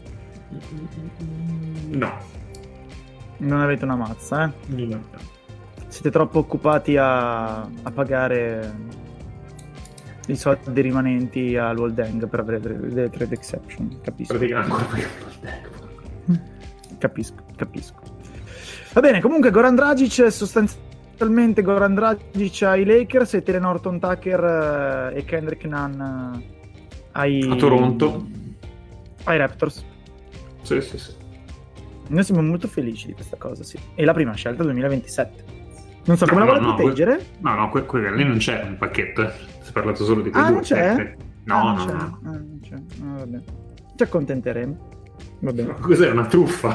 No. Non avete una mazza, eh? No. Siete troppo occupati a, a pagare i soldi rimanenti al Woldeng per avere delle trade exception. Capisco. Praticamente ancora più. Capisco, capisco. Va bene, comunque Goran Dragic sostanzialmente Goran Dragic ai Lakers e Tele Norton Tucker eh, e Kendrick Nunn eh, ai A Toronto. ai Raptors. Sì, sì, sì. Noi siamo molto felici di questa cosa, sì. E la prima scelta duemilaventisette. Non so come No, la vuole no, no, proteggere. que- No, no, que- que- lì non c'è un pacchetto. eh. Si è parlato solo di quei Ah, due. non c'è? sì, sì. No, Ah, no, non c'è. no. Ah, non c'è. Ah, va bene. Ci accontenteremo. Va bene. Cos'è una truffa?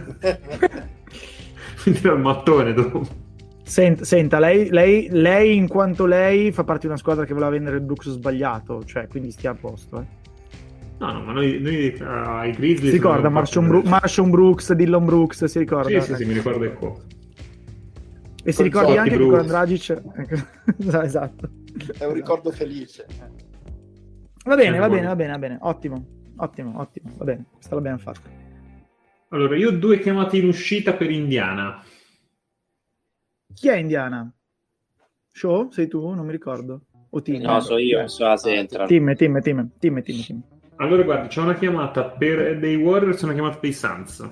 Quindi dal mattone dopo. Senta, senta lei, lei, lei in quanto lei fa parte di una squadra che voleva vendere il Brooks sbagliato, cioè quindi stia a posto. Eh. No, no, ma noi, noi uh, ai Grizzlies... Si ricorda Marshawn, Bro- Marshawn Brooks, Dillon Brooks, si ricorda? Sì, sì, sì, mi ricordo il co. E si ricordi Consorti anche che Brooks. Goran Dragic... esatto. È un ricordo felice. Va bene, Eh, va buono. bene, va bene, va bene. Ottimo, ottimo, ottimo. Va bene, questa l'abbiamo fatta. Allora, io ho due chiamate in uscita per Indiana. Chi è Indiana? Show? Sei tu? Non mi ricordo. O Tim? No, so io, Eh. so la Central. Tim, Tim, Tim, Tim, Tim, Tim. Allora, guarda, c'è una chiamata per dei Warriors e una chiamata dei Suns.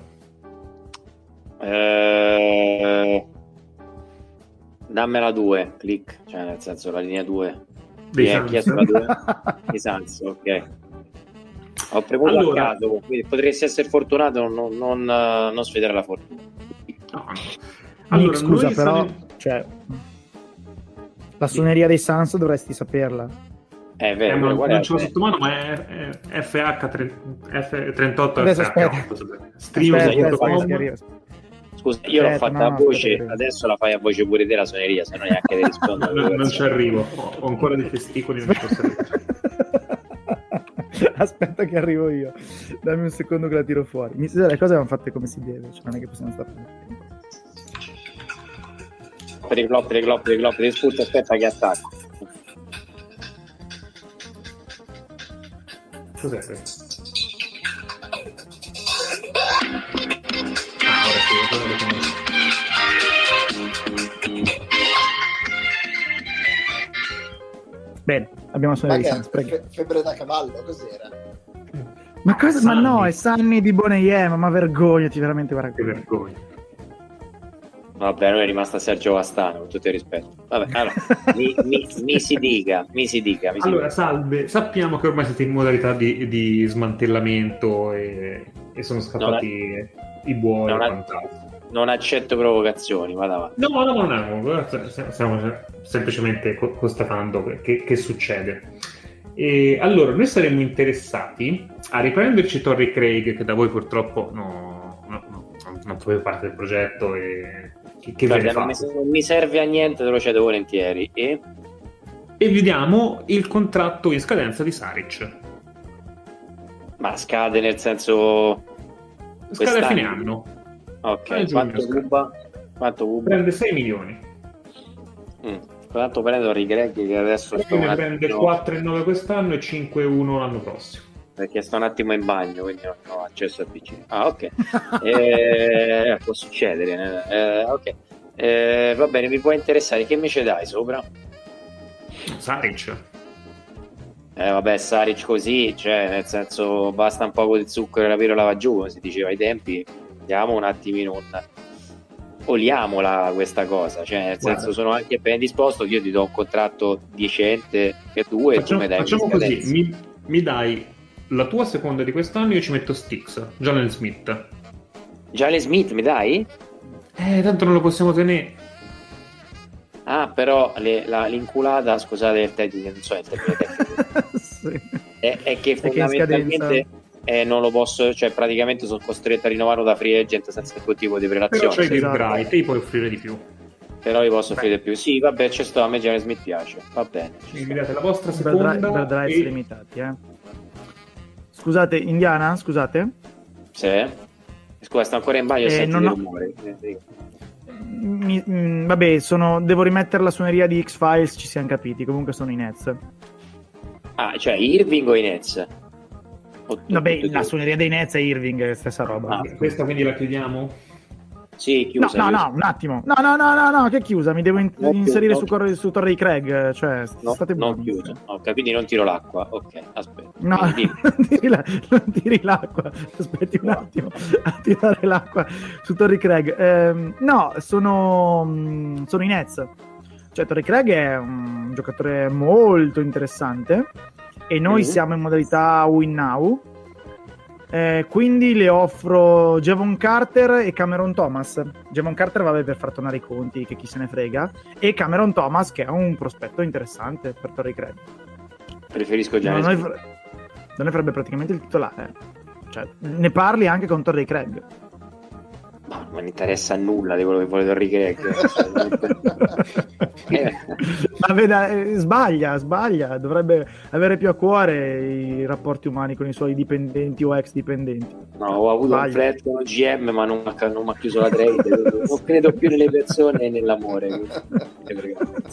Eh, dammela due, click, cioè nel senso la linea due. Dei Mi hai Suns. chiesto la due? Di Sans, ok. Ho premuto Allora- a caso, quindi potresti essere fortunato, non, non, eh, non sfidare la fortuna. No, no. Nick, Allora, scusa, noi però, siamo- cioè, la suoneria dei Suns dovresti saperla. È Eh, vero, non, qual è? non ce l'ho sotto mano, ma è, è F H trentotto Adesso F H aspetta. otto. Stream Aspetta, io aspetta, propongo- aspetta che arriva. Scusa, Scusa, io Certo, l'ho fatta no, a no, voce, aspetta che- adesso la fai a voce pure te la suoneria, se no neanche ti rispondo. non, non ci arrivo, ho, ho ancora dei testicoli, non ci posso arrivare. Aspetta che arrivo io. Dammi un secondo che la tiro fuori. Mi sa le cose vanno fatte come si deve, cioè non è che possiamo stare tempo. Periclop, periclop, periclop, ti sputa, aspetta che attacco. Cos'è questo? Ah, ora sì, ora lo conosco. Bene, abbiamo la Ma che suoneria. è? Fe- febbre da cavallo, cos'era? Ma cosa? Ma no, Sunny. è Sunny di Boneyem, ma vergognati veramente, guarda. Che vergogna. Vabbè, noi è rimasta Sergio Vastano, con tutto il rispetto. Vabbè, allora, mi, mi, mi si dica, mi si dica. Mi si Allora, dica. salve, sappiamo che ormai siete in modalità di, di smantellamento e, e sono scappati i buoi non e ha- quant'altro. Non accetto provocazioni, vada avanti. No, no, no, no, stiamo semplicemente co- constatando che, che succede. E allora, noi saremmo interessati a riprenderci Torrey Craig, che da voi purtroppo no, no, no, non, non faceva parte del progetto e che, che ve ne Guarda, non mi, fate. non mi serve a niente, te lo cedo volentieri. E E vi diamo il contratto in scadenza di Saric. ma scade nel senso Scade a fine quest'anno? anno. Ok, Ah, giugno quanto scade. ruba? Quanto ruba? Prende sei milioni. Mm. Quanto prendo Torrey Craig che adesso sto un Ne prende attimo, quattro virgola nove quest'anno e cinque virgola uno l'anno prossimo. perché sto un attimo in bagno, quindi non ho accesso al P C. Ah, ok. Eh, può succedere. Eh, ok. Eh, va bene, mi può interessare. Che me ce dai sopra? Saric. Eh, vabbè, Saric così, cioè, nel senso, basta un poco di zucchero e la pirola va giù, come si diceva ai tempi. Andiamo un attimino, un... oliamola questa cosa, cioè, nel Guarda. senso, sono anche ben disposto. Io ti do un contratto decente per due e tu Facciamo, mi dai facciamo una così, scadenza. mi, mi dai la tua seconda di quest'anno, io ci metto Stix, Jalen Smith. Jalen Smith mi dai? Eh, tanto non lo possiamo tenere. Ah, però le- la- l'inculata, scusate il tecnico, non so il termine tecnico, Sì. è, è che in fondamentalmente scadenza. eh, non lo posso, cioè praticamente sono costretto a rinnovarlo da free agent senza alcun tipo di Però prelazione. c'hai Esatto. Dirk Wright, e gli puoi offrire di più. Però io posso Beh. offrire di più. Sì, vabbè, ci sto, a me Jalen Smith piace, va bene. Ci mi date la vostra Per, dri- seconda per drives e... limitati, eh. Scusate, Indiana, scusate. Sì. Scusa, sto ancora in bagno e Eh, senti non il ho- rumore. Eh, sì. Mi- mm, vabbè, sono, devo rimettere la suoneria di X-Files, ci siamo capiti. Comunque sono i Nets. Ah, cioè Irving o i Nets? O tu- Vabbè, tutti e la due? suoneria dei Nets è Irving, è stessa roba. Ah. Questa quindi la chiudiamo? Sì, No, chiusa. no, chiusa. no, un attimo. No, no, no, no, no, che chiusa? Mi devo in- No, chiusa, inserire no. su, Cor- su Torrey Craig. Cioè, No, state non buoni. chiuso. Ok, quindi non tiro l'acqua. Ok, aspetta. No, Quindi dimmi. non tiri, la- non tiri l'acqua. Aspetti un attimo a tirare l'acqua su Torrey Craig. Ehm, no, sono, mm, sono i Nets. Cioè, Torrey Craig è un giocatore molto interessante e noi Mhm. siamo in modalità win now. Eh, quindi le offro Javon Carter e Cameron Thomas. Javon Carter vabbè per far tornare i conti, che chi se ne frega, e Cameron Thomas che è un prospetto interessante per Torrey Craig. Preferisco Non Jalen ne, Smith. fre- non ne farebbe praticamente il titolare. Cioè, ne parli anche con Torrey Craig. Ma non mi interessa nulla di quello che vuole Torrey Craig. Eh, Ma veda, eh, sbaglia, sbaglia. Dovrebbe avere più a cuore i rapporti umani con i suoi dipendenti o ex dipendenti. no, ho avuto Sbaglia. un flirt con un G M, ma non mi ha chiuso la trade. Non credo più nelle persone e nell'amore. quindi.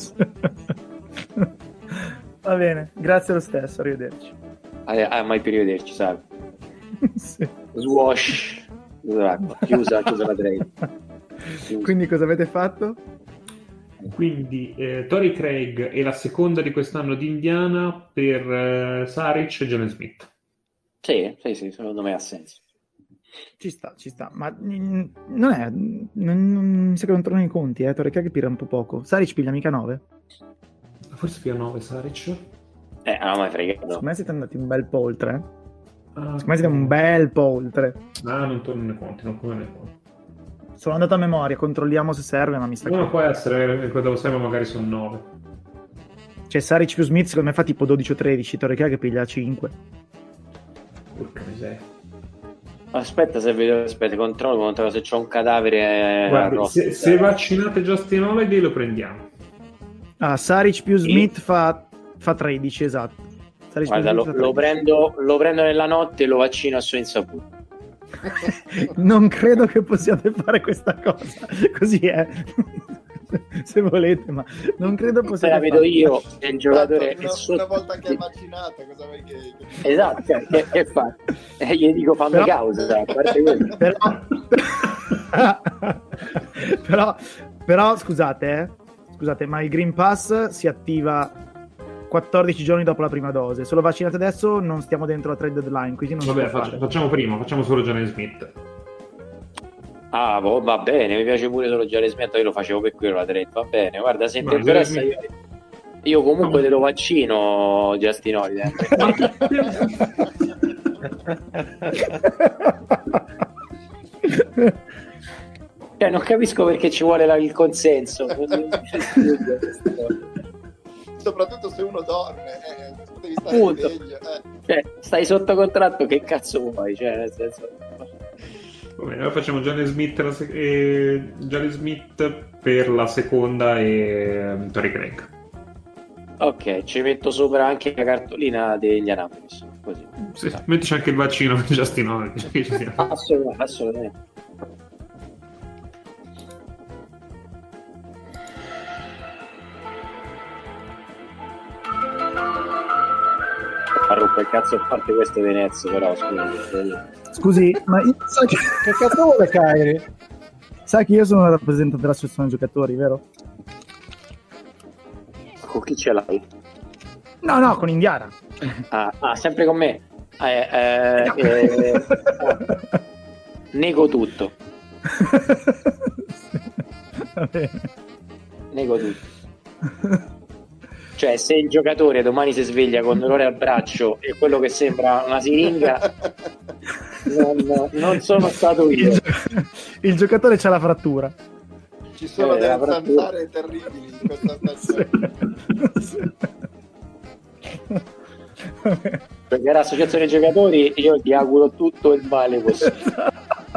Va bene, grazie lo stesso, arrivederci. Ah, ah, mai più rivederci, sai. Sì. Swash. Chiusa, chiusa la trade. Chiusa. Quindi cosa avete fatto? Quindi eh, Torrey Craig e la seconda di quest'anno di Indiana per eh, Saric e Jalen Smith. Sì, sì, sì, secondo me ha senso. Ci sta, ci sta, ma mm, non è, non, non mi sa che non tornano i conti, eh, Torrey Craig piglia un po' poco. Saric piglia mica nove. Forse più a nove Saric. Eh, non mi fregato. Secondo me siete andati un bel po' oltre, eh. Ah, Secondo me siete un bel po' oltre. ah, non tornano i conti, non come nei conti. Sono andato a memoria, controlliamo se serve, ma mi sa No, che... può essere, quello sempre magari sono nove. Cioè Saric più Smith secondo me fa tipo dodici o tredici, Torrey Craig piglia cinque. Porca miseria. Aspetta se vedo, aspetta, controllo, controllo se c'ho un cadavere. Guarda, se, se vaccinate Justin Holiday lo prendiamo. Ah, Saric più Sì. Smith fa, fa tredici, esatto. Saric più Guarda, Smith lo, fa lo tredici. prendo, lo prendo nella notte e lo vaccino a sua insaputa. Non credo che possiate fare questa cosa. Così è. Se volete, ma non credo Se possiate la vedo farla. io e il giocatore Tanto, è una, sotto. una volta che è vaccinato, cosa vuoi che, che... Esatto, cioè, che, che fa? E gli dico fammi Però- causa, a parte quello. Però... però, però scusate, eh. Scusate, ma il Green Pass si attiva quattordici giorni dopo la prima dose. Se lo vaccinate adesso non stiamo dentro la trade deadline, quindi non si Vabbè, può faccio- fare. facciamo prima, facciamo solo Johnny Smith. Ah, boh, va bene, mi piace pure solo Jared Smith, io lo facevo per quello la trade, va bene, guarda, se ti Guarda, interessa Jared io, io comunque te lo vaccino Justin Holiday. Cioè, non capisco perché ci vuole la- il consenso. Soprattutto se uno dorme, eh, devi stare Appunto. sveglio. Eh. Cioè, stai sotto contratto, che cazzo vuoi? Cioè, nel senso... Va bene, allora facciamo Johnny Smith, la sec- e... Johnny Smith per la seconda e um, Torrey Craig. Ok, ci metto sopra anche la cartolina degli Annapolis, così. Sì, mettici anche il vaccino per Justin Holiday. Ci siamo. Assolutamente, assolutamente. Fa rompere il cazzo a parte questo Venezia, però scusi. Scusi, ma io- sai che, Che cazzo vuole Kyrie? sai che io sono il rappresentante dell'associazione giocatori, vero? Con chi ce l'hai? No, no, con Indiana. Ah, ah, sempre con me. Eh, eh, eh, nego tutto, Va bene. nego tutto. Cioè, se il giocatore domani si sveglia con dolore al braccio e quello che sembra una siringa, non, non sono stato io. Il, gio- il giocatore c'ha la frattura. Ci sono Eh, delle avrà- zanzare terribili in questa stagione. Perché l'associazione giocatori io ti auguro tutto il male possibile.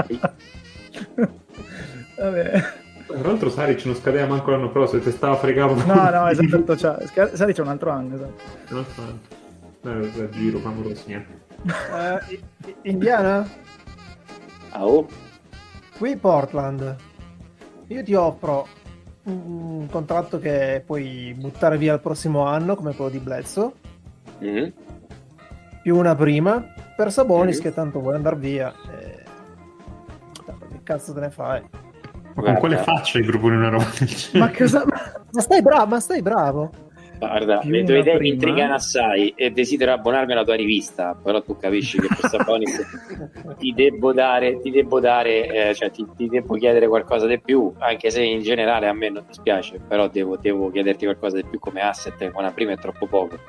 Vabbè. Tra l'altro Saric non scadeva manco l'anno prossimo, se stava fregavo. No, no, esatto. C'ha, Sari c'è un altro anno, esatto. Non fa. Dai, da giro, clamoroso, niente. Eh, I- Indiana? Ah, oh. Qui Portland. Io ti offro un contratto che puoi buttare via il prossimo anno, come quello di Bledsoe, Mhm. più una prima per Sabonis, Mhm. che tanto vuole andare via. E... tanto che cazzo te ne fai? Ma con Guarda. quale faccia gli proponi una roba del genere? Ma cosa... Ma stai bravo, ma stai bravo. Guarda, Più le tue una idee mi prima. intrigano assai e desidero abbonarmi alla tua rivista, però tu capisci che per Sabonis ti devo dare, ti devo dare, eh, cioè ti, ti devo chiedere qualcosa di più, anche se in generale a me non dispiace, però devo, devo chiederti qualcosa di più come asset, una prima è troppo poco.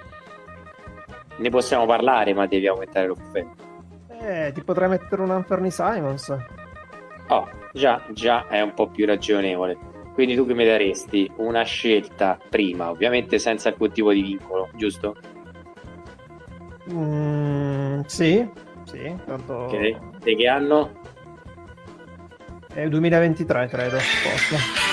Ne possiamo parlare, ma devi aumentare l'offerta. Eh, ti potrei mettere un Anthony Simons. Oh, già, già è un po' più ragionevole. Quindi tu che mi daresti una scelta prima, ovviamente senza alcun tipo di vincolo, giusto? Mm, sì, sì, tanto Ok. E che anno? è il duemilaventitré, credo. Posto.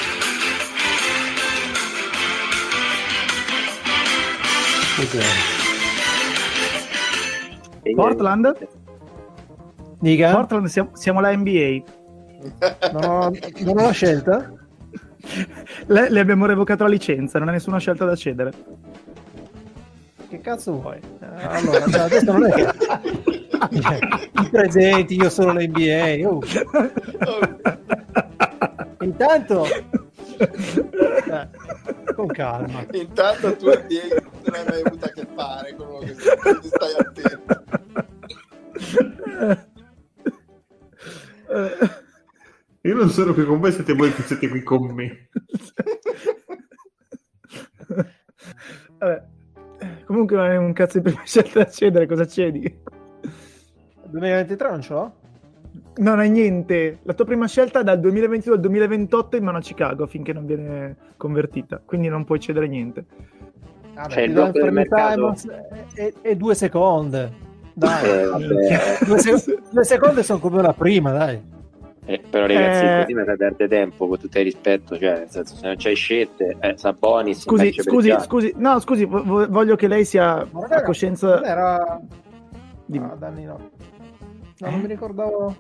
E- Portland? Dica, Portland siamo, siamo la N B A. non ho, non ho la scelta. Le, le abbiamo revocato la licenza, non ha nessuna scelta da cedere. Che cazzo vuoi? Eh, Allora, cioè, adesso non è che ti presenti, io sono l'N B A. Oh. Intanto, eh, con calma. Intanto tu N B A non hai mai avuto a che fare con uno che quindi stai attento. Io non sono qui con voi, siete voi che siete qui con me. Vabbè. Comunque non è un cazzo di prima scelta da cedere, cosa cedi? duemilaventitré non ce l'ho? Non hai niente. La tua prima scelta è dal duemilaventidue al duemilaventotto in mano a Chicago finché non viene convertita, quindi non puoi cedere niente. Vabbè, Cioè, ti il do blocco del Anthony mercato- Simons e, e- e due secondi. Dai, Eh, vabbè. due, sec- due secondi sono come la prima, dai. Eh, però ragazzi, Eh, così mi fai perdere tempo, con tutto il rispetto, cioè nel senso, se non c'hai scelte, eh, Sabonis, Scusi, match scusi, Breggiani. scusi, no, scusi, vo- vo- voglio che lei sia Ma non a era, coscienza. non era... Dimmi. Ah, Danny, no. No, non mi ricordavo.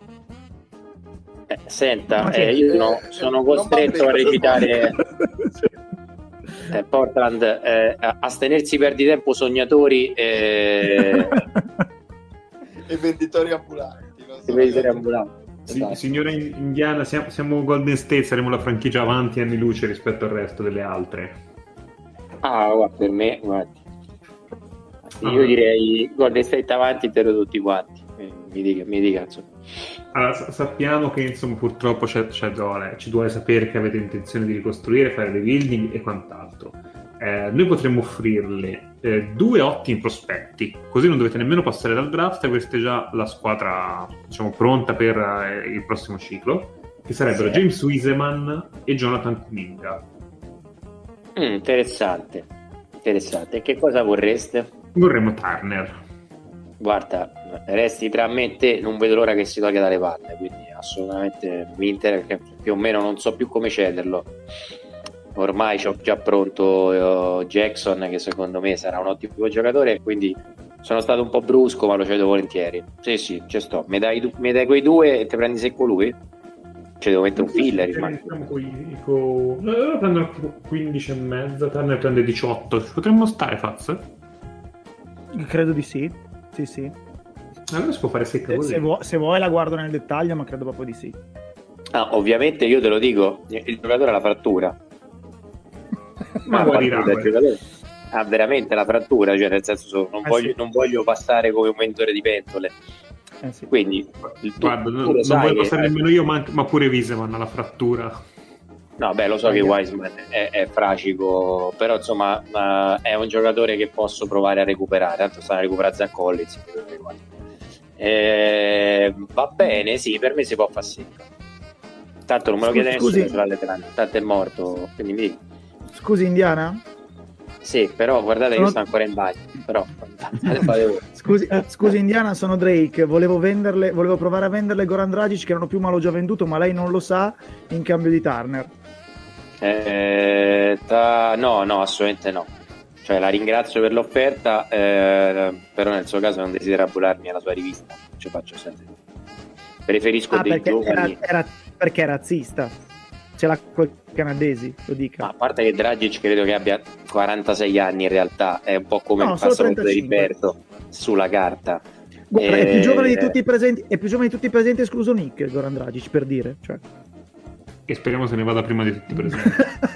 Eh, senta, Ma eh, che- io sono, Eh, sono non costretto a va bene. recitare eh, Portland, eh, a- astenersi per di tempo sognatori eh, E venditori ambulanti. Non e so vedere io. ambulanti. Sì, Esatto. signora Indiana, siamo, siamo Golden State, saremo la franchigia avanti anni luce rispetto al resto delle altre. Ah, guarda, per me, guardi. Ah. Io direi Golden State avanti per tutti quanti. Eh, Mi dica, mi dica, insomma. Allora, sa- sappiamo che insomma purtroppo c'è, c'è Zole, ci duole sapere che avete intenzione di ricostruire, fare rebuilding e quant'altro. Eh, noi potremmo offrirle eh, due ottimi prospetti, così non dovete nemmeno passare dal draft e avreste già la squadra, diciamo, pronta per eh, il prossimo ciclo, che sarebbero Sì. James Wiseman e Jonathan Kuminga. Mm, interessante, interessante. E che cosa vorreste? Vorremmo Turner. Guarda, resti tra me e te, non vedo l'ora che si tolga dalle palle, quindi assolutamente mi interessa, perché più o meno non so più come cederlo. Ormai c'ho già pronto eh, Jackson, che secondo me sarà un ottimo giocatore, quindi sono stato un po' brusco, ma lo cedo volentieri. Sì, sì, ci sto. Mi dai, du- mi dai quei due e ti prendi secco lui? Ci devo mettere un filler, immagino. Diciamo coi- co- Loro prendono tipo quindici e mezza, Turner prende diciotto. Ci potremmo stare, Faz? Credo di sì. Sì, sì. Allora si può fare secca Se, così. se vuoi, se vuoi la guardo nel dettaglio, ma credo proprio di sì. Ah, ovviamente io te lo dico, il giocatore ha la frattura. Ma Ah, guarirà, partita, il guarda. giocatore ha veramente la frattura, cioè nel senso so- non, Eh voglio, sì. non voglio passare come un mentore di pentole. Eh sì. Quindi il tu, Guarda, tu non, lo non sai voglio che, passare nemmeno io, ma, ma pure Wiseman ha la frattura. no, beh, lo so che Wiseman è, è fracico, però insomma eh, è un giocatore che posso provare a recuperare. Tanto sta a recuperare Zach Collins. Eh, va bene, sì, per me si può fare secca. Tanto non me lo Scusi, chiede scusi. nessuno sulla lettera, tanto è morto. Quindi mi dica. Scusi, Indiana? Sì, però guardate, Sono- io sto ancora in bagno. Però fate, fate voi. Scusi, scusi, Indiana, sono Drake. Volevo venderle, volevo provare a venderle Goran Dragic, che non ho più, ma l'ho già venduto, ma lei non lo sa, in cambio di Turner. Eh, ta- no, no, assolutamente no. Cioè, la ringrazio per l'offerta, eh, però nel suo caso non desidera abbonarmi alla sua rivista. Ci faccio sempre. Preferisco Ah, dei perché era, giovani. era- perché è razzista. Ce l'ha quei canadesi, lo dica. Ma a parte che Dragic credo che abbia quarantasei anni in realtà, è un po' come No, il solo passaporto di trentacinque. Riberto sulla carta. Guarda, è più Eh, giovane di tutti i presenti, è più giovane di tutti i presenti, escluso Nick, Goran Dragic, per dire. Cioè. E speriamo se ne vada prima di tutti i presenti.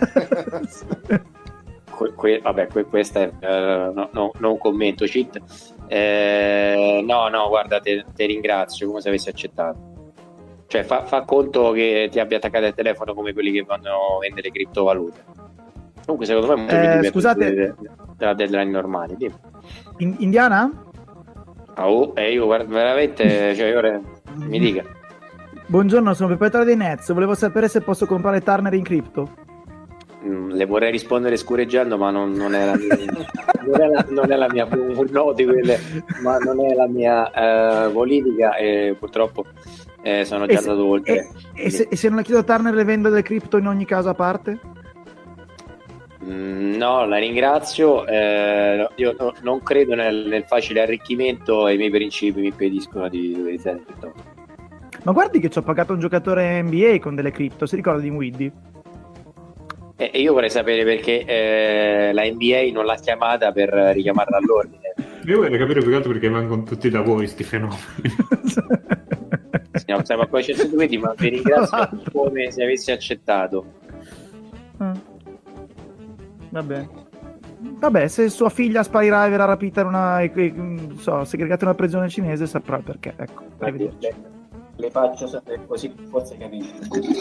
Que- que- vabbè, que- questa è eh, no, no, non commento cheat. Eh, no, no, guarda, te, te ringrazio come se avessi accettato. Cioè, fa, fa conto che ti abbia attaccato al telefono come quelli che vanno a vendere criptovalute. Comunque, secondo me è molto Eh, più divertente scusate. de- della deadline normale. Dimmi. In- Indiana? Ah, oh, eh, io guarda, veramente, cioè, ora mi dica. Buongiorno, sono proprietario dei Nets. Volevo sapere se posso comprare Turner in cripto. Mm, le vorrei rispondere scureggiando, ma non, non è la mia, non è la, non è la mia no, di quelle, ma non è la mia eh, politica e purtroppo eh, sono già E se, andato oltre. e- e se- e se non la chiedo a Turner, le vendo del cripto in ogni caso a parte? Mm, no, la ringrazio. eh, io no- non credo nel, nel facile arricchimento e i miei principi mi impediscono di utilizzare il cripto. Ma guardi che ci ho pagato un giocatore N B A con delle cripto, si ricorda di Widdy? E e io vorrei sapere perché eh, la N B A non l'ha chiamata per richiamarla all'ordine. Io vorrei capire più che altro perché vengono tutti da voi sti fenomeni. Signor Sema, poi c'è due, ma vi ringrazio come se avessi accettato. Ah. Va bene. Vabbè, se sua figlia sparirà e verrà rapita in una, e- e- non so, segregata in una prigione cinese, saprà il perché. Ecco, arrivederci. Le, le faccio sapere così forse capisci.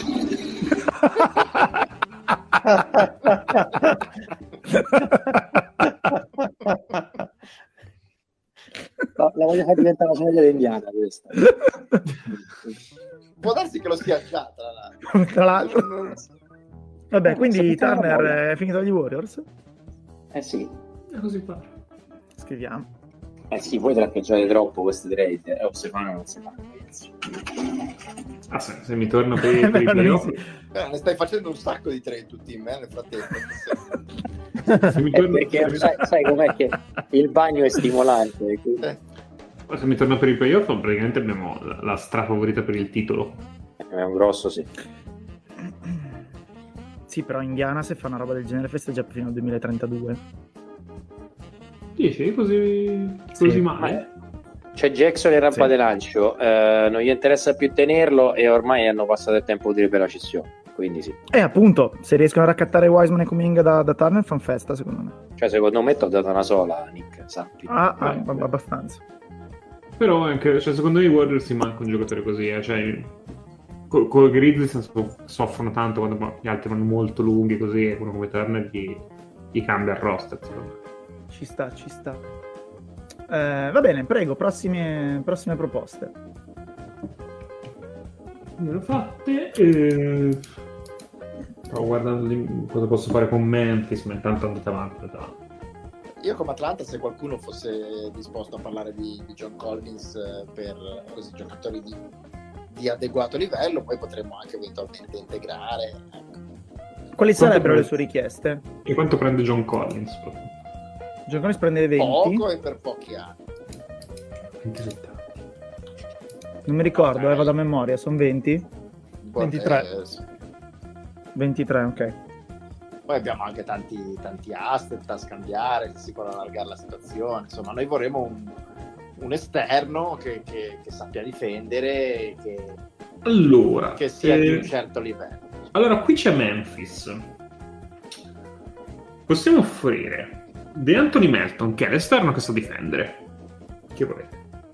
No, la voglio far diventare una famiglia indiana questa. Può darsi che lo sia già, tra l'altro. Tra l'altro. Non- non- Vabbè, Eh, quindi sapete Turner la è finito agli Warriors? Eh sì. E così fa. Scriviamo. Eh sì, voi traccaggiate troppo queste trade, eh, o se fanno non si fanno. Ah, se, se mi torno per, i- per i playoff, Eh, ne stai facendo un sacco di trade tutti in me nel frattempo. se mi È torno, perché se mi- sai, sai com'è che il bagno è stimolante. quindi- Eh, se mi torno per i playoff, praticamente abbiamo la, la strafavorita per il titolo. È un grosso sì. Sì, però Indiana se fa una roba del genere festeggia fino al duemilatrentadue. Dici così, così Sì. male? C'è Jackson in rampa Sì. di lancio, eh, non gli interessa più tenerlo e ormai hanno passato il tempo utile per la cessione. Quindi sì. E appunto, se riescono a raccattare Wiseman e Kuminga da, da Turner, fan festa, secondo me. Cioè, secondo me ti ho dato una sola, Nick. Sappi. Ah, ah, Beh, ab- abbastanza. Però anche, cioè, secondo me i Warriors si manca un giocatore così, eh. Cioè, co- con i Grizzlies soffrono tanto quando gli altri vanno molto lunghi così e uno come Turner gli, gli cambia il roster, secondo me. Ci sta, ci sta. Eh, va bene, prego, prossime, prossime proposte. Me l'ho fatte. E... Stavo guardando di- cosa posso fare con Memphis, ma intanto andate avanti. da- Io come Atlanta, se qualcuno fosse disposto a parlare di, di John Collins eh, per così giocatori di, di adeguato livello, poi potremmo anche eventualmente integrare. Ecco. Quali sarebbero prende- le sue richieste? E quanto prende John Collins? proprio? John Collins prende venti? Poco e per pochi anni. venti risultati. Non mi ricordo, Ok. eh, vado a memoria, sono venti? ventitré. Eh, sì. ventitré, ok. Poi abbiamo anche tanti, tanti asset da scambiare, che si può allargare la situazione. Insomma, noi vorremmo un, un esterno che, che, che sappia difendere e che, Allora, che sia di eh, un certo livello. allora qui c'è Memphis. Possiamo offrire De Anthony Melton, che è l'esterno che sa difendere. Che volete?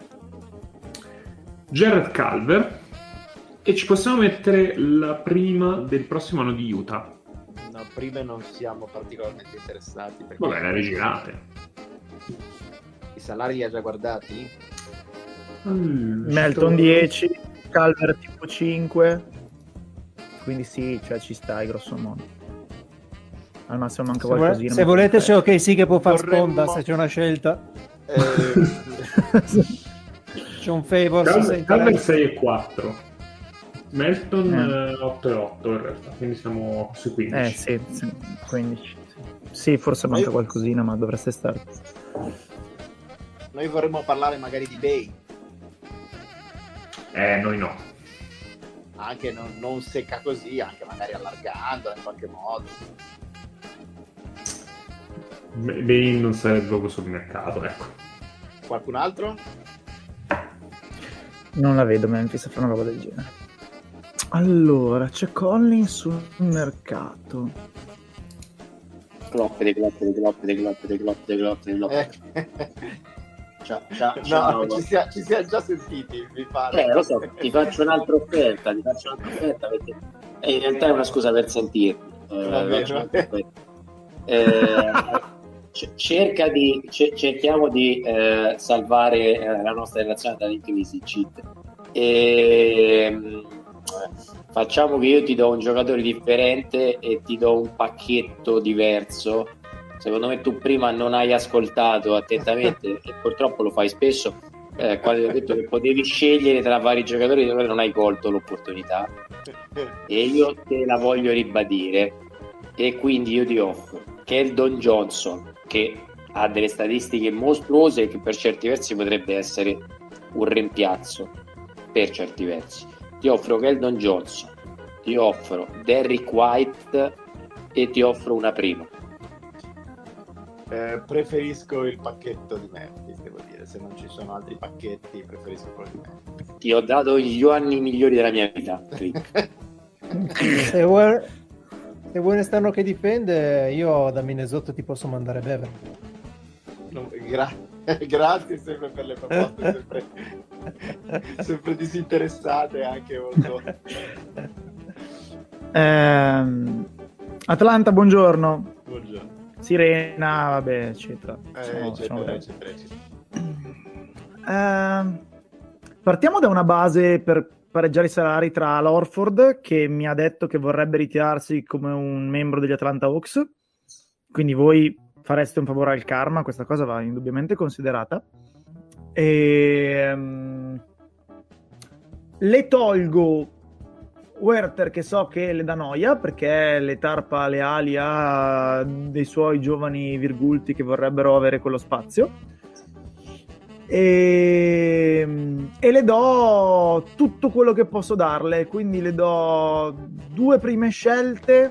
Jared Culver. E ci possiamo mettere la prima del prossimo anno di Utah. No, prima non siamo particolarmente interessati perché Vabbè, le rigirate. i salari li ha già guardati? Melton dieci, Calvert tipo cinque. Quindi sì, cioè ci stai grosso modo. Al massimo manca Se, vuole- qualcosina. se ma- volete c'è ok sì che può far Vorremmo- sponda se c'è una scelta. Eh, C'è un favor se Calver, sei Calver interessato. sei e quattro. Melton Eh. eh, otto e otto in realtà, quindi siamo sui quindici. Eh sì, sì, quindici. Sì, forse manca Io- qualcosina, ma dovreste stare. noi vorremmo parlare magari di Bay, Eh, noi no. anche non, non secca così, anche magari allargandola in qualche modo. Bane non sarebbe proprio sul mercato, ecco. Qualcun altro? Non la vedo Memphis a fare una roba del genere. Allora, c'è Collins sul mercato. Cloppe, dei cloppe, dei cloppe, dei cloppe, dei cloppe, dei cloppe, dei cloppe. Eh. Ciao, ciao, ciao. No, ci siamo ci siamo già sentiti, mi pare. Eh, lo so, ti faccio un'altra offerta, ti faccio un'altra offerta perché eh, in realtà è una scusa per sentirti. Eh, Va bene, faccio va un'altra bene. offerta. Eh, c- cerca di, ce- cerchiamo di eh, salvare eh, la nostra relazione da crisi cheat. E, mh, facciamo che io ti do un giocatore differente e ti do un pacchetto diverso. Secondo me tu prima non hai ascoltato attentamente e purtroppo lo fai spesso, eh, quando ti ho detto che potevi scegliere tra vari giocatori dove non hai colto l'opportunità, e io te la voglio ribadire, e quindi io ti offro Keldon Johnson, che ha delle statistiche mostruose e che per certi versi potrebbe essere un rimpiazzo per certi versi. Ti offro Keldon Johnson, ti offro Derrick White e ti offro una prima. Eh, preferisco il pacchetto di Memphis, devo dire. Se non ci sono altri pacchetti, preferisco quello di Memphis. Ti ho dato gli anni migliori della mia vita, Rick. Se vuoi, se vuoi un esterno che difende, io da Minnesota ti posso mandare Bever. No, gra- grazie sempre per le proposte, sempre, sempre disinteressate, anche molto. Ehm, Atlanta, buongiorno. Buongiorno. Sirena, vabbè, eccetera. Eh, Sono- eccetera, sono brevi. eccetera, eccetera. Ehm, partiamo da una base per pareggiare i salari tra l'Orford, che mi ha detto che vorrebbe ritirarsi come un membro degli Atlanta Hawks, quindi voi fareste un favore al karma, questa cosa va indubbiamente considerata, E, um, le tolgo Werther, che so che le dà noia perché le tarpa le ali a dei suoi giovani virgulti che vorrebbero avere quello spazio, e, e le do tutto quello che posso darle, quindi le do due prime scelte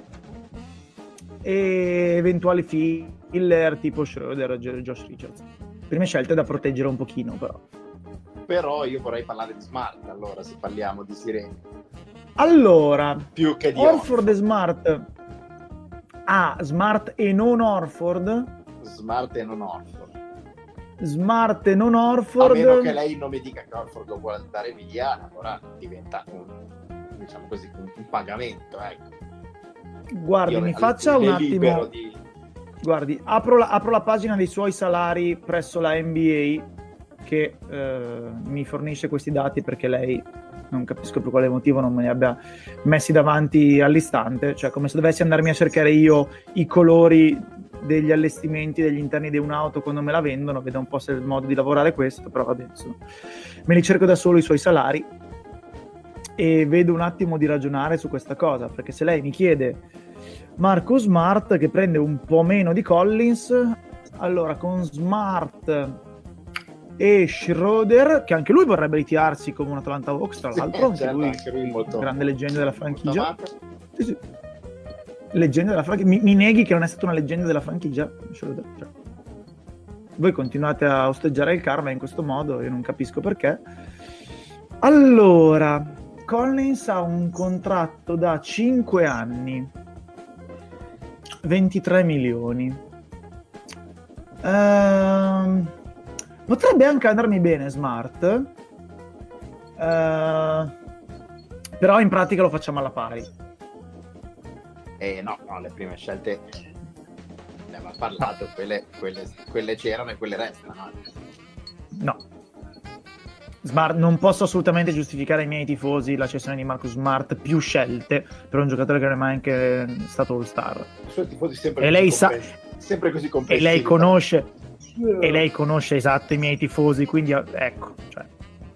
e eventuali filler tipo Schroeder e Josh Richards, prime scelte da proteggere un pochino. Però però io vorrei parlare di Smart, allora, se parliamo di sirene. Allora, più che di Horford e Smart. Ah, Smart e non Horford. Smart e non Horford. Smart e non Horford. A meno che lei non mi dica che Horford lo vuole andare via, allora diventa un, diciamo così, un, un pagamento, ecco. Guardi, io mi le, faccia le un attimo di... Guardi, apro la, apro la pagina dei suoi salari presso la N B A, che eh, mi fornisce questi dati, perché lei, non capisco per quale motivo, non me li abbia messi davanti all'istante, cioè come se dovessi andarmi a cercare io i colori degli allestimenti degli interni di un'auto quando me la vendono. Vedo un po' se è il modo di lavorare questo, però adesso me li cerco da solo i suoi salari e vedo un attimo di ragionare su questa cosa, perché se lei mi chiede Marcus Smart, che prende un po' meno di Collins, allora con Smart e Schroeder, che anche lui vorrebbe ritirarsi come un Atlanta Hawks, tra l'altro, anche, certo, lui, anche lui molto, grande leggenda della franchigia. Sì, sì. Leggenda della franchigia. Mi, mi neghi che non è stata una leggenda della franchigia? Schroeder, cioè. Voi continuate a osteggiare il karma in questo modo, io non capisco perché. Allora, Collins ha un contratto da cinque anni, ventitré milioni. Ehm, potrebbe anche andarmi bene Smart, ehm, però in pratica lo facciamo alla pari. Eh, no, no, le prime scelte ne aveva parlato, quelle, quelle, quelle c'erano e quelle restano. No. Smart, non posso assolutamente giustificare ai miei tifosi la cessione di Marcus Smart più scelte per un giocatore che non è mai anche stato All-Star. I suoi tifosi sempre e così lei sa sempre così e lei conosce e lei conosce esatto i miei tifosi, quindi ecco, cioè.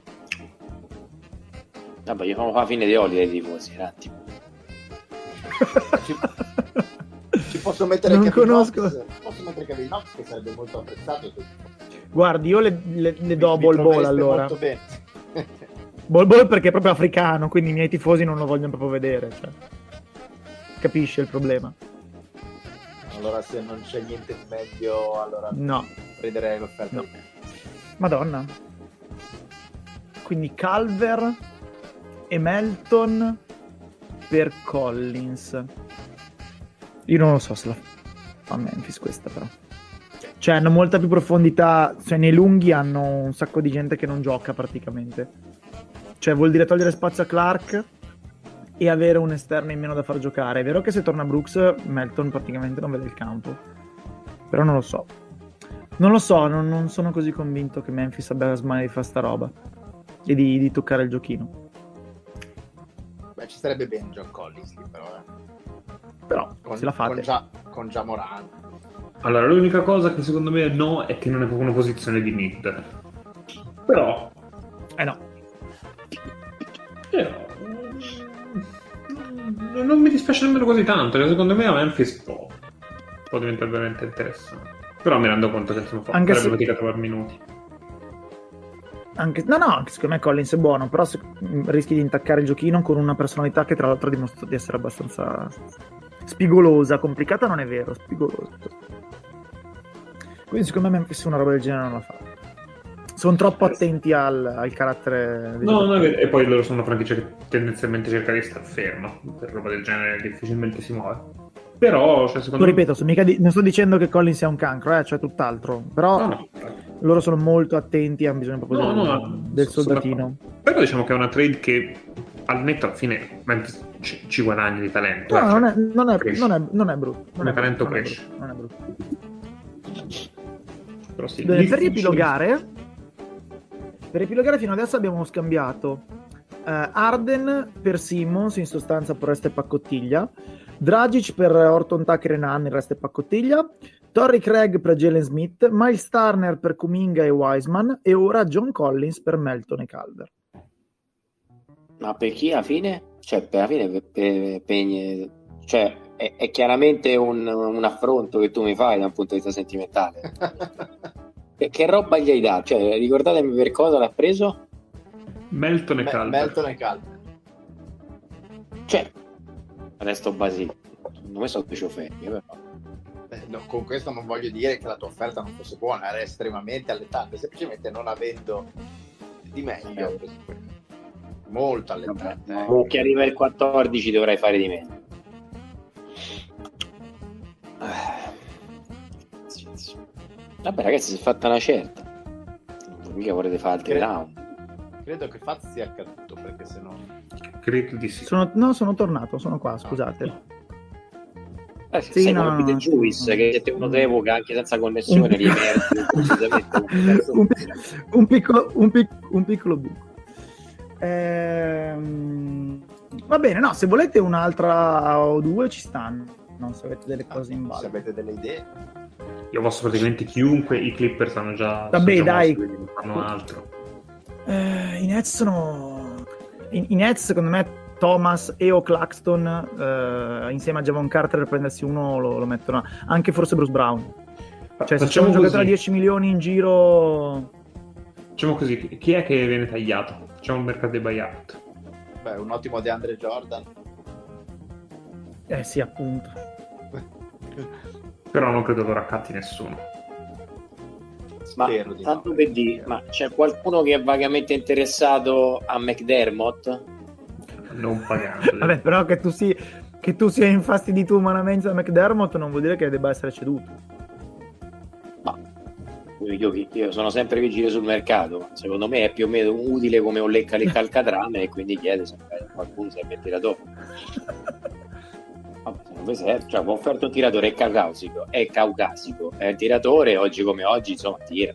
Vabbè, gli fanno la fine di Oli ai tifosi un attimo. ci, ci posso mettere non Kevin conosco Knox, posso mettere Kevin Knox, che sarebbe molto apprezzato. Guardi, io le, le, le do mi, Bol mi Bol allora molto bene. Bol Bol perché è proprio africano, quindi i miei tifosi non lo vogliono proprio vedere, cioè. Capisce il problema. Allora se non c'è niente di meglio, allora no, prenderei l'offerta. No. Madonna. Quindi Calver e Melton per Collins. Io non lo so se la fa Memphis questa, però. Cioè hanno molta più profondità, cioè nei lunghi hanno un sacco di gente che non gioca praticamente. Cioè vuol dire togliere spazio a Clark e avere un esterno in meno da far giocare. È vero che se torna Brooks, Melton praticamente non vede il campo, però non lo so. Non lo so, non, non sono così convinto che Memphis abbia la smania di fare sta roba e di, di toccare il giochino. Beh, ci sarebbe bene John Collins lì, però eh. Però con, se la fate con già con già Moran. Allora, l'unica cosa che secondo me no è che non è proprio una posizione di mid. Però eh no però non, non mi dispiace nemmeno così tanto, cioè, secondo me a Memphis può, può diventare veramente interessante. Però mi rendo conto che insomma anche farebbe se... fatica a trovare minuti. Anche... No, no, anche secondo me Collins è buono, però se... rischi di intaccare il giochino con una personalità che tra l'altro dimostra di essere abbastanza spigolosa. Complicata non è vero, spigolosa. Quindi secondo me Memphis una roba del genere non la fa. Sono troppo attenti al, al carattere. No, no, e poi loro sono una franchigia che tendenzialmente cerca di star ferma. Per roba del genere difficilmente si muove. Però, cioè, secondo Lo me... ripeto, mica di... non sto dicendo che Collins sia un cancro, eh, cioè tutt'altro. Però no, no. loro sono molto attenti e hanno bisogno proprio no, del, no, del sono soldatino. Però diciamo che è una trade che al netto alla fine ci, ci guadagni di talento. No, eh, non, cioè, è, non, è, non, è, non è brutto. Non Come è talento brutto, cresce. Non è brutto. Non è brutto. Però sì, Bene, per difficile. riepilogare, per riepilogare fino adesso abbiamo scambiato uh, Arden per Simmons, in sostanza per resto e paccottiglia, Dragic per Orton Tucker e Nunn, il resto è paccottiglia, Torrey Craig per Jalen Smith, Miles Turner per Kuminga e Wiseman e ora John Collins per Melton e Calder. Ma per chi alla fine? Cioè, per alla fine per, per, per, cioè, è, è chiaramente un, un affronto che tu mi fai da un punto di vista sentimentale. che, che roba gli hai dato? Cioè, ricordatemi per cosa l'ha preso? Melton e Me- Calder. Melton e Calder. Cioè, resto basile. Secondo me sono due ciofetti, però. Eh, no, con questo non voglio dire che la tua offerta non fosse buona, era estremamente allettante, semplicemente non avendo di meglio, molto allettante. Eh. O che arriva il quattordici dovrai fare di meglio. Vabbè ragazzi, si è fatta una certa, mica volete fare altri Credo- round. Credo che Faz sia accaduto, perché se no... Credo di sì. Sono, no, sono tornato, sono qua, scusate. Eh, Sì, sei no, come Peter no, Juice, no. che se te uno te evoca anche senza connessione Un- riemerge improvvisamente. un, un piccolo, un, pic- un piccolo buco. Ehm, va bene, no, se volete un'altra o due ci stanno, no, se avete delle cose in Se ballo. avete delle idee... Io posso praticamente chiunque, i Clippers hanno già... Vabbè, sono già dai. mossi, quindi non fanno altro. Eh, I Nets sono... I, i Nets, secondo me, Thomas e o Claxton, eh, insieme a Javon Carter, per prendersi uno lo, lo mettono... Anche forse Bruce Brown. Cioè, se c'è Facciamo un giocatore a così. dieci milioni in giro... Facciamo così, chi è che viene tagliato? Facciamo un mercato di buyout. Beh, un ottimo DeAndre Jordan. Eh sì, appunto. Però non credo lo raccatti nessuno. Ma Spero di tanto no. per dire, ma c'è qualcuno che è vagamente interessato a McDermott? Non pagando. Vabbè, però che tu, si, che tu sia infastidito umanamente da McDermott non vuol dire che debba essere ceduto. Ma io, io sono sempre vigile sul mercato, secondo me è più o meno utile come un lecca lecca al catrame e quindi chiede se qualcuno serve il tiratore. Vabbè, secondo me serve, cioè, ho offerto un tiratore è caucasico, è caucasico, è un tiratore oggi come oggi, insomma, tira.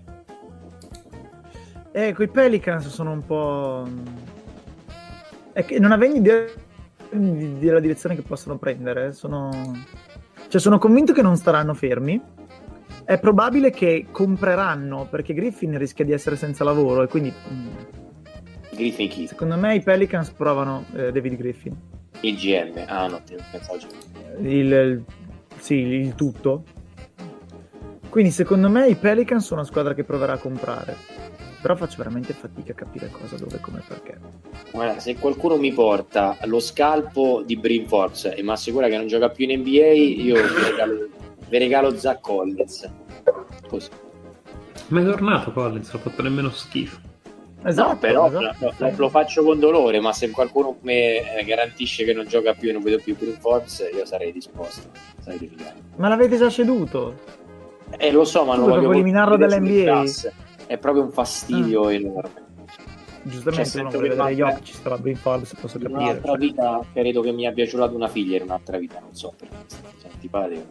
Eh, quei Pelicans sono un po'... È che non avevo idea di- della direzione che possono prendere. Sono... Cioè, sono convinto che non staranno fermi. È probabile che compreranno, perché Griffin rischia di essere senza lavoro e quindi... mh, Griffin chi? secondo me i Pelicans provano eh, David Griffin. Il G M. Ah no, te lo pensavo già. Il, il- sì, il tutto. Quindi secondo me i Pelicans sono una squadra che proverà a comprare. Però faccio veramente fatica a capire cosa, dove, come e perché. Guarda, se qualcuno mi porta lo scalpo di Brim Forbes e mi assicura che non gioca più in N B A, io vi regalo, vi regalo Zach Collins. Così. Ma è tornato Collins, non ha fatto nemmeno schifo. Esatto, No, però esatto. lo, lo faccio con dolore, ma se qualcuno mi eh, garantisce che non gioca più e non vedo più Brim Forbes, io sarei disposto. Sarei defilato. Ma l'avete già ceduto? Eh, lo so, ma Tu non vuoi voglio proprio eliminarlo colpire sulle dall'N B A? tasse. È proprio un fastidio enorme. Giustamente Cioè, uno sento vuole che vedere gli manca- occhi, ci sarà Brim Forbes, posso In capire. un'altra cioè. vita credo che mi abbia giurato una figlia in un'altra vita, non so perché sono antipatico.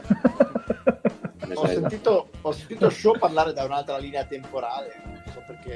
Ho sentito, ho sentito Show parlare da un'altra linea temporale, non so perché.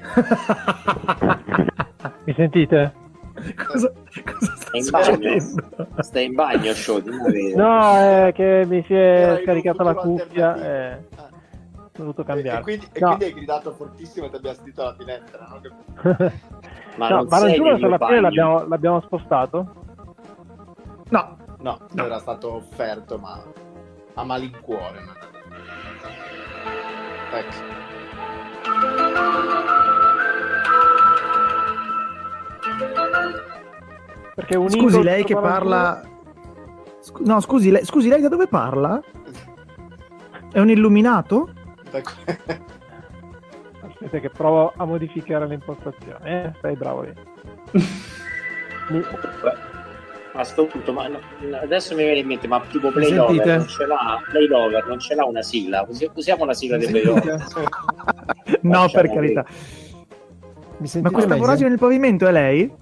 Mi sentite? cosa, cosa sta È in bagno? succedendo? Stai in bagno, Show? Ti muovi? No, è che mi si Era in è un scaricata la futuro cuffia alternativo. e Ah. ho dovuto E, cambiare. e quindi, e No. quindi hai gridato fortissimo e ti abbiamo sentito alla finestra, no? Ma no, non Baron sei Julius nel mio alla fine bagno. l'abbiamo, l'abbiamo spostato. No, No, No. era stato offerto, ma a malincuore. Ma... Ecco. Perché un scusi, Eagles lei che Baron parla... Scu- no, scusi lei, scusi, lei da dove parla? È un illuminato? Ecco. Julius- Aspetta che provo a modificare l'impostazione. Eh? Stai bravo lì. Mi- A sto punto, ma no, adesso mi viene in mente, ma tipo Play sentite? Lover non ce l'ha, Play Lover non ce l'ha una sigla, Usi- usiamo la sigla di Play Lover. No, Facciamo per carità. Mi sentite Ma questa meglio? voragine nel pavimento è lei?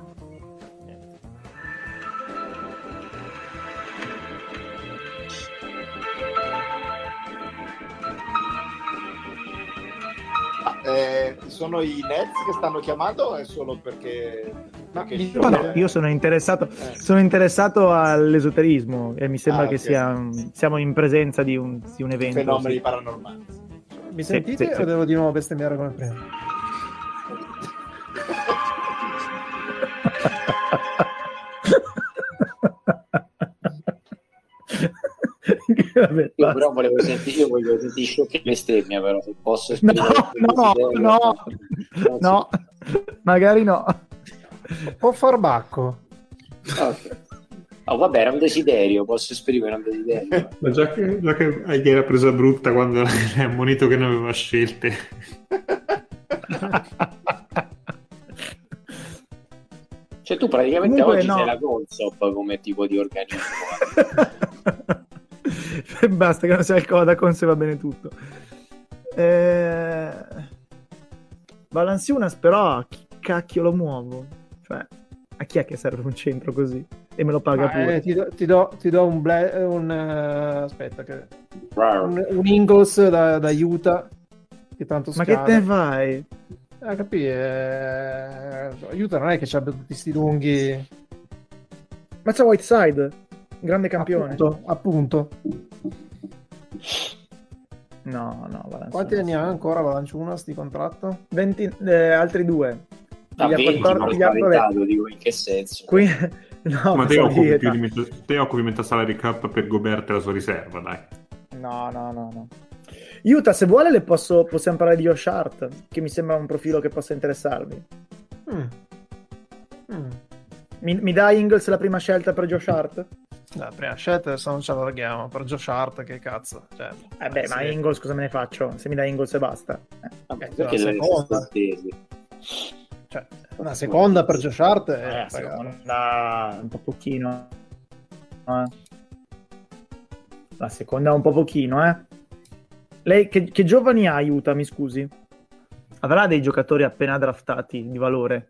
Eh, sono i Nets che stanno chiamando o è solo perché, perché No, no, io sono interessato, Eh. sono interessato all'esoterismo e mi sembra Ah, che ok. sia, siamo in presenza di un, di un evento. fenomeni sì. paranormali. Mi Sì, sentite sì, sì. o devo di nuovo bestemmiare come prima? Vabbè, Io basta. però volevo sentire, io voglio sentire sciocche bestemmia, però se posso No, esprimere un no, desiderio, no, non si- no, magari no. Può far bacco. Ok. Oh, vabbè, era un desiderio, posso esprimere un desiderio. Ma già che, già che gli era presa brutta quando è ammonito che non aveva scelte. Cioè tu praticamente Comunque, oggi no. sei la Consop come tipo di organismo. Basta che non sia il Codacons e va bene tutto. Eh... Valanciunas però a chi cacchio lo muovo? Cioè, a chi è che serve un centro così? E me lo paga Ma, pure. eh, ti, do, ti, do, ti do un, ble- un uh, aspetta che un, un Ingles da, da Utah che tanto Ma scade. che te ne fai? Ah, capì, eh, Utah non è che abbia tutti sti lunghi. Ma c'è Whiteside, grande campione. Appunto, appunto. No, no, Valanciunas. Quanti anni ha ancora Valanciunas di contratto? venti, eh, altri due. Da Gli ha venti, quattordici, ma gli ha- vabbè, spaventato, dico, in che senso? qui, no, Ma te pensavo occupi di più età. di metà, te occupi metà salary cap per Gobert e la sua riserva, dai. No, no, no, no. Utah, se vuole, le posso, possiamo parlare di Josh Hart, che mi sembra un profilo che possa interessarvi. Mm. Mm. Mi, mi dà Ingles la prima scelta per Josh Hart? La prima scelta adesso non ci allarghiamo. Per Josh Hart, che cazzo. Cioè, Eh beh, eh, ma sì. Ingles cosa me ne faccio? Se mi dà Ingles e basta. Eh. Vabbè, Eh, perché la le seconda. attesi? Cioè, una seconda per Josh Hart Eh, è la seconda un po' pochino. Eh. La seconda è un po' pochino, eh. Lei che, che giovani ha Utah, mi scusi? Avrà dei giocatori appena draftati di valore?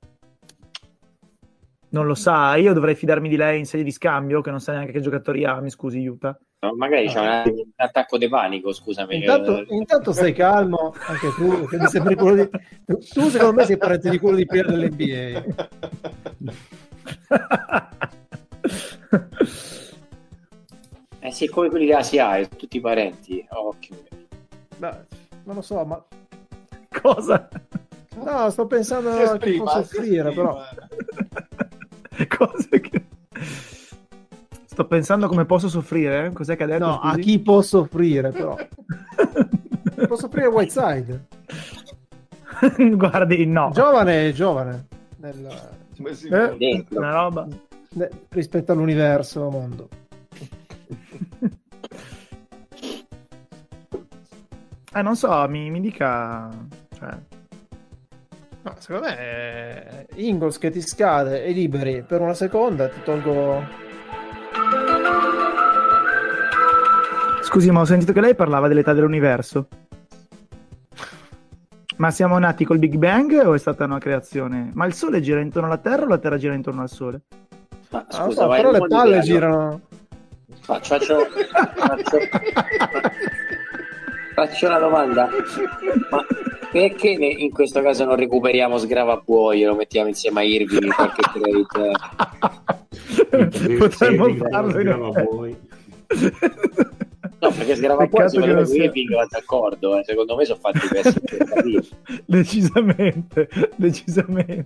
Non lo sa, io dovrei fidarmi di lei in sede di scambio, che non sa neanche che giocatori ha, mi scusi, Utah. No, magari c'è un, un attacco di panico, scusami. Intanto, intanto stai calmo, anche tu, che mi sembri quello di... Tu, tu, secondo me sei parente di quello di prima dell'N B A. Eh sì, come quelli di Asia, sono tutti parenti. Occhio. Beh, non lo so, ma... Cosa? No, sto pensando Si che esprima, posso si offrire, esprima. però... Cosa che... Sto pensando come posso soffrire, eh? Cos'è che ha detto, No, a scusi? chi posso offrire, però. Posso offrire Whiteside. Guardi, no. Giovane, giovane. Nel, Come si Eh, vuole? Dentro. una roba. ne- rispetto all'universo mondo. Eh, non so, mi, mi dica... Cioè... No, secondo me eh, Ingles che ti scade e liberi per una seconda, ti tolgo... Scusi, ma ho sentito che lei parlava dell'età dell'universo. Ma siamo nati col Big Bang o è stata una creazione? Ma il Sole gira intorno alla Terra o la Terra gira intorno al Sole? Ma Ah, non scusa, so, vai, però non le mi palle dica, girano... Faccio, faccio, faccio, faccio una domanda. Ma perché ne- in questo caso non recuperiamo Sgravabuoi e lo mettiamo insieme a Irving in qualche trade? Potremmo Se- se- farlo in girava effetti. voi. No, perché Sgravabuoi Peccato che secondo me non con sia- Irving va d'accordo. Eh. Secondo me sono fatti per capire. Decisamente, decisamente.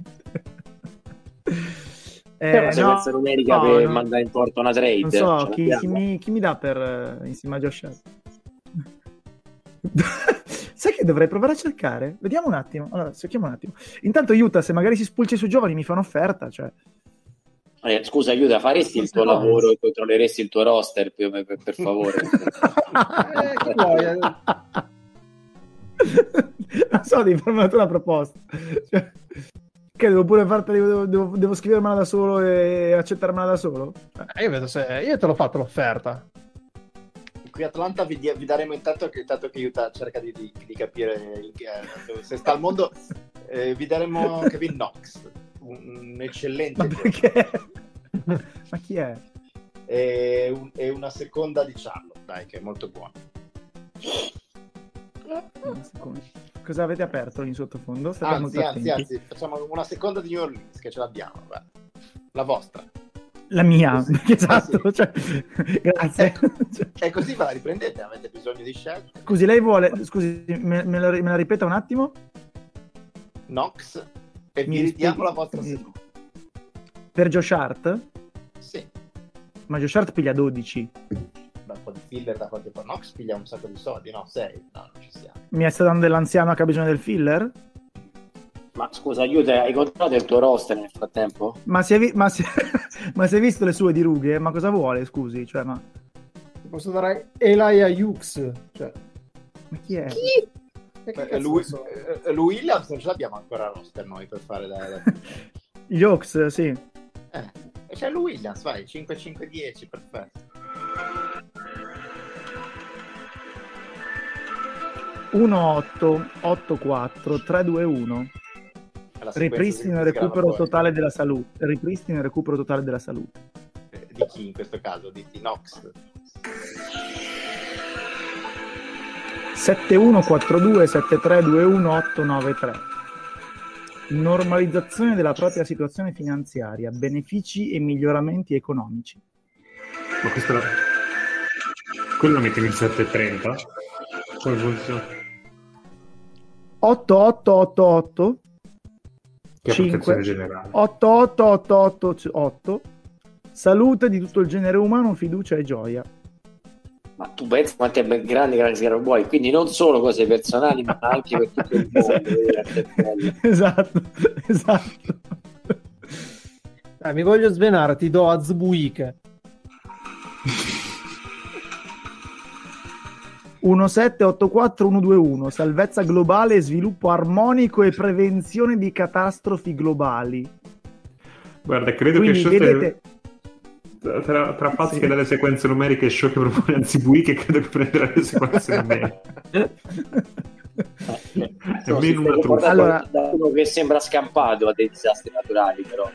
Eh, Eh, una no, sequenza numerica no, per no. mandare in porto una trade. Non so, ce chi, chi, l'abbiamo? mi, chi mi dà per eh, insieme a Josh Hart? Sai che dovrei provare a cercare? Vediamo un attimo. Allora, cerchiamo un attimo. Intanto Utah, se magari si spulcia i suoi giovani, mi fa un'offerta, cioè... Eh, scusa, aiuta, faresti il tuo No. lavoro e controlleresti il tuo roster per, per, per favore? Eh, che vuoi? eh? Non so, devi farmi una proposta. Cioè, che devo pure fartela, devo, devo, devo scrivermela da solo e accettarmela da solo? Eh, io vedo se... Io te l'ho fatto l'offerta. Qui a Atlanta vi, di- vi daremo intanto che, intanto che Utah cerca di, di, di capire il- eh, se sta al mondo, eh, vi daremo Kevin Knox, un, un eccellente Ma giocatore. perché? Ma chi è? e, un- e una seconda di Charlotte, dai, che è molto buono. Cosa avete aperto in sottofondo? State Anzi, molto anzi, attenti. anzi, facciamo una seconda di New Orleans che ce l'abbiamo, guarda. La vostra. La mia, Sì, esatto. eh sì. Cioè, grazie. E così ve la riprendete, avete bisogno di scelte. Scusi, lei vuole... Scusi, me, me la, me la ripeta un attimo? Nox, e Mi vi ridiamo spieghi- la vostra mi- seconda. Per Josh Hart? Sì. Ma Josh Hart piglia dodici. Beh, un po' di filler da qualche parte. Nox piglia un sacco di soldi, no? sei. No, non ci siamo. Mi sta dando dell'anziano che ha bisogno del filler? Ma scusa, aiuta, hai controllato il tuo roster nel frattempo? Ma si è, vi- ma si... ma si è visto le sue dirughe? Ma cosa vuole, scusi? Cioè, ma... Ti posso dare Elia Hughes, cioè... ma chi è? Chi? E che Beh, cazzo lui, so? eh, lui Williams non ce l'abbiamo ancora a roster noi per fare da... da... Gli Hawks, sì. Eh, e c'è lui Williams, vai, cinque cinque dieci, perfetto. uno otto otto quattro tre due uno. È la sequenza Ripristino e che si recupero grava poi. totale della salute. Ripristino e recupero totale della salute. Eh, Di chi in questo caso? Di, di Nox. sette uno quattro due sette tre due uno otto nove tre. Normalizzazione della propria situazione finanziaria, benefici e miglioramenti economici. Ma questo era... quello lo metti nel sette e trenta? Come funziona? otto otto otto otto Che è cinque protezione generale. otto otto otto otto otto. Salute di tutto il genere umano, fiducia e gioia. Ma tu pensi quanto è grande Graziano Boy, quindi non solo cose personali, ma anche per tutto il mondo. Esatto, esatto. Dai, mi voglio svenare, ti do Azbuike. uno sette otto quattro uno due uno. Salvezza globale, sviluppo armonico e prevenzione di catastrofi globali. Guarda, credo Quindi che Show vedete... tra, tra Pazzi Sì. che dà le sequenze numeriche e Show che propone Anzibui che credo che prenderà le sequenze numeriche. È No, si meno sta una truffa. Allora- da uno che sembra scampato a dei disastri naturali, però.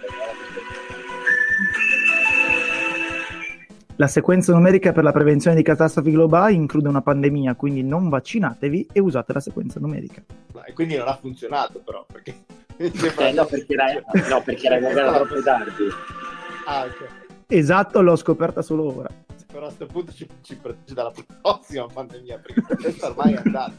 La sequenza numerica per la prevenzione di catastrofi globali include una pandemia, quindi non vaccinatevi e usate la sequenza numerica. No, e quindi non ha funzionato però, perché... Eh, no, perché era, no, perché era comprata troppo tardi. Ah, ok. Esatto, l'ho scoperta solo ora. Però a questo punto ci, ci protegge dalla prossima pandemia, perché questa ormai è andata.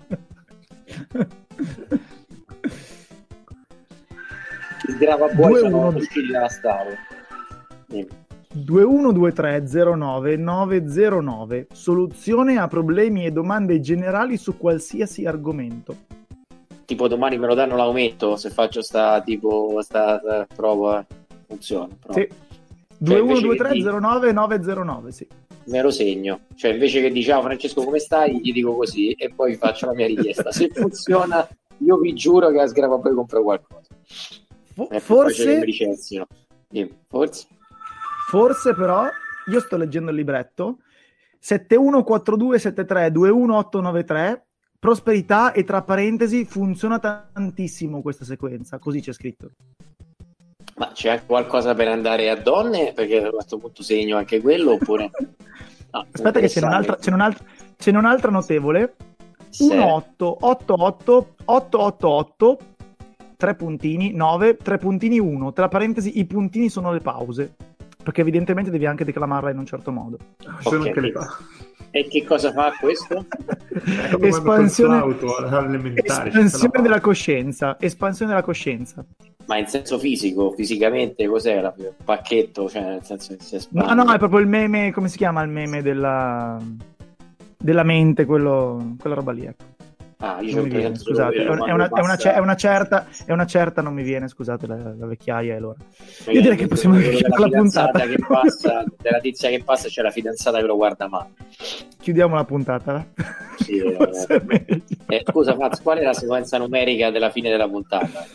Il grava poi Due, sono uno. usciti dalla storia. Sì. due uno due tre zero nove nove zero nove. Soluzione a problemi e domande generali su qualsiasi argomento. Tipo domani me lo danno l'aumento se faccio sta tipo sta, sta prova funziona. Prova. Sì. due uno invece due che tre di- zero nove nove zero nove, sì. Me lo segno, cioè invece che di ciao Francesco come stai gli dico così e poi faccio la mia richiesta. Se funziona io vi giuro che a Sgrava poi compro qualcosa. Fo- È più facile che mi forse, licenziano. Dimmi, forse forse però, io sto leggendo il libretto, sette uno quattro due sette tre due uno otto nove tre, prosperità e tra parentesi funziona tantissimo questa sequenza, così c'è scritto. ma c'è anche qualcosa per andare a donne perché a questo punto segno anche quello oppure no, Aspetta che c'è un'altra, c'è un'altra, c'è un'altra notevole. Se- uno otto otto otto otto otto otto tre puntini nove tre puntini uno, tra parentesi i puntini sono le pause, perché evidentemente devi anche declamarla in un certo modo. Ci sono Ok. anche le pa- E che cosa fa questo? È come Espansione, quando col flauto all'elementare, ci espansione sta la- della coscienza, espansione della coscienza. Ma in senso fisico, fisicamente cos'è la il pacchetto? Cioè nel senso che si No, espande. no, è proprio il meme, come si chiama il meme della, della mente, quello, quella roba lì, ecco. Ah, io Non ci ho mi viene, presente solo scusate, è, quello, un- è quando una, è, una, passa- è una certa, è una certa, non mi viene, scusate la, la vecchiaia, allora. Magari Io direi che possiamo quello della chiudere la puntata. fidanzata che passa, della tizia che passa c'è la fidanzata che lo guarda male. Chiudiamo la puntata, va? Sì, eh. Forse è meglio. Eh, scusa Faz, qual è la sequenza numerica della fine della puntata?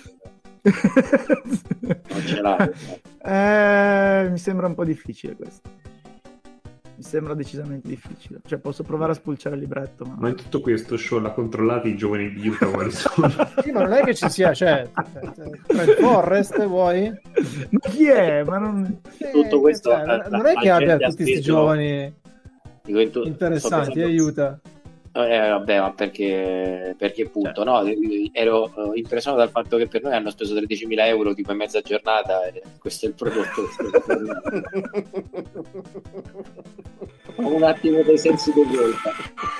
Non ce l'hai. Eh, mi sembra un po' difficile questo. Mi sembra decisamente difficile. Cioè, posso provare a spulciare il libretto, ma... Ma in tutto questo show l'ha controllato i giovani di Utah quali sono. Sì, ma non è che ci sia, cioè, Fred Forrest vuoi? Ma chi è? Ma non... Tutto questo, Cioè, eh, non è che la abbia gente ha tutti questi speso- giovani Dico, in tu- sto interessanti, pensando- aiuta. Eh, vabbè, ma perché, perché punto? No, ero eh, impressionato dal fatto che per noi hanno speso tredicimila euro tipo in mezza giornata e questo è il prodotto che sto facendo. Ho un attimo dei sensi di colpa.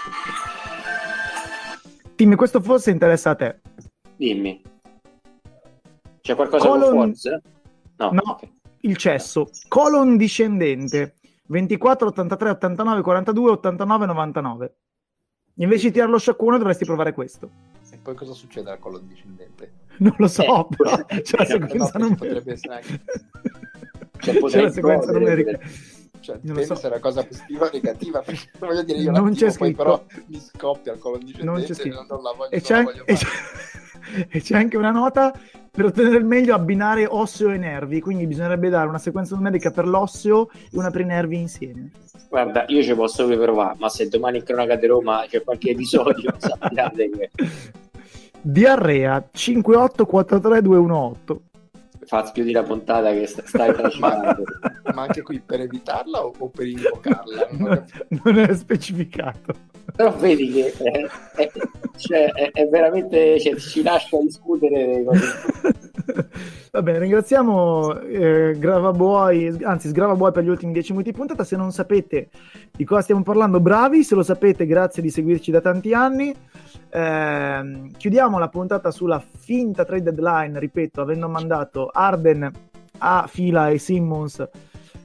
Tim, questo forse interessa a te. Dimmi. C'è qualcosa Colon... con Forza? No, no okay. Il cesso. Colon discendente. ventiquattro, ottantatré, ottantanove, quarantadue, ottantanove, novantanove. Invece di tirare lo sciacquone dovresti provare questo. E poi cosa succede al colon discendente? Non lo so, Eh, però eh, c'è la eh, sequenza no, numerica. potrebbe essere anche... Cioè, c'è potrei la sequenza godere, numerica. Cioè, Non lo dipende so. se è una cosa positiva o negativa, perché voglio dire, io Non c'è l'attivo, poi scritto. però mi scoppia il colon Non c'è discendente e scritto. non la voglio, E non c'è, la voglio e, fare. c'è, e c'è anche una nota: per ottenere il meglio abbinare osseo e nervi, quindi bisognerebbe dare una sequenza numerica per l'osseo e una per i nervi insieme. Guarda, io ci posso provare, ma se domani in cronaca di Roma c'è qualche episodio, sappiate che Diarrea cinque otto quattro tre due uno otto. fa più di una puntata che sta- stai trascinando. ma, ma anche qui per evitarla o, o per invocarla? Non ho Non, capito. non è specificato. Però vedi che è, è, cioè, è, è veramente, cioè, ci lascia discutere delle cose. Va bene, ringraziamo eh, Gravaboy, anzi Sgravaboy per gli ultimi dieci minuti di puntata. Se non sapete di cosa stiamo parlando, bravi. Se lo sapete, grazie di seguirci da tanti anni. Eh, chiudiamo la puntata sulla finta trade deadline, ripeto, avendo mandato Harden a Fila e Simmons eh,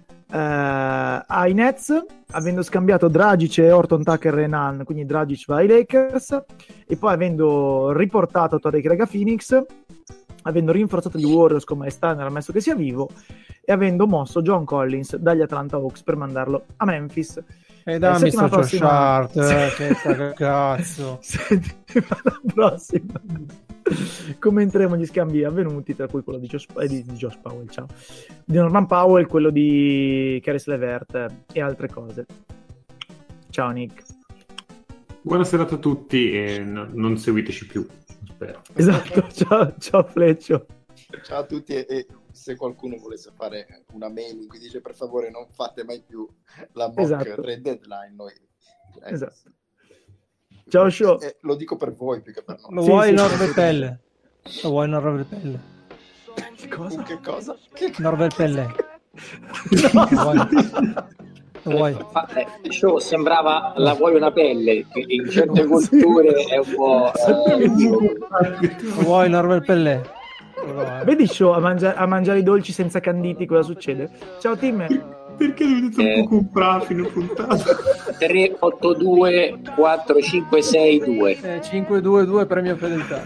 ai Nets, avendo scambiato Dragic e Horton Tucker e Nunn, quindi Dragic va ai Lakers, e poi avendo riportato Tariq Rega Phoenix, avendo rinforzato gli Warriors come Steiner, ammesso che sia vivo, e avendo mosso John Collins dagli Atlanta Hawks per mandarlo a Memphis. E dammi sto prossima... short, che cazzo. Settimana prossima commenteremo gli scambi avvenuti, tra cui quello di Josh, eh, di, di Josh Powell, ciao, di Norman Powell, quello di Caris LeVert e altre cose. Ciao Nick. Buona serata a tutti e n- non seguiteci più, spero. Esatto, ciao, ciao Fleccio. Ciao a tutti e, e se qualcuno volesse fare una mail in cui dice per favore non fate mai più la mock Esatto. trade deadline, noi eh, Esatto. Ciao show. eh, lo dico per voi più che per noi. Lo Sì, vuoi sì, Norvelpelle? Lo vuoi Norvelpelle? Cosa? Che cosa? Che Norvelpelle. No. Lo vuoi? Lo vuoi? Fa- eh, show sembrava la vuoi una pelle, che in certe Sì. culture è un po'... eh, Lo vuoi Norvelpelle? Vedi show a, mangia- a mangiare i dolci senza canditi cosa succede? Ciao Tim. Perché dovete Eh. troppo comprare fino a puntata? tre otto due quattro cinque sei due. Eh, cinque due due premio fedeltà.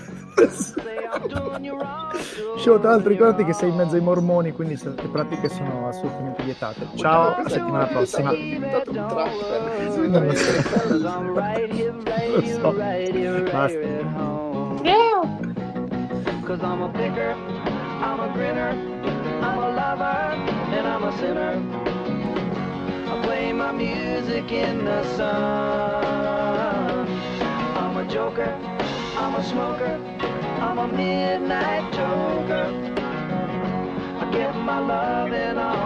Show, tra l'altro ricordati che sei in mezzo ai mormoni, quindi certe pratiche sono assolutamente vietate. Ciao, a settimana prossima. è diventato un trapper. Non lo so. Lo so. Basta. Cause I'm a picker, I'm a grinner, I'm a lover, and I'm a sinner. I play my music in the sun. I'm a joker, I'm a smoker, I'm a midnight joker. I get my love and I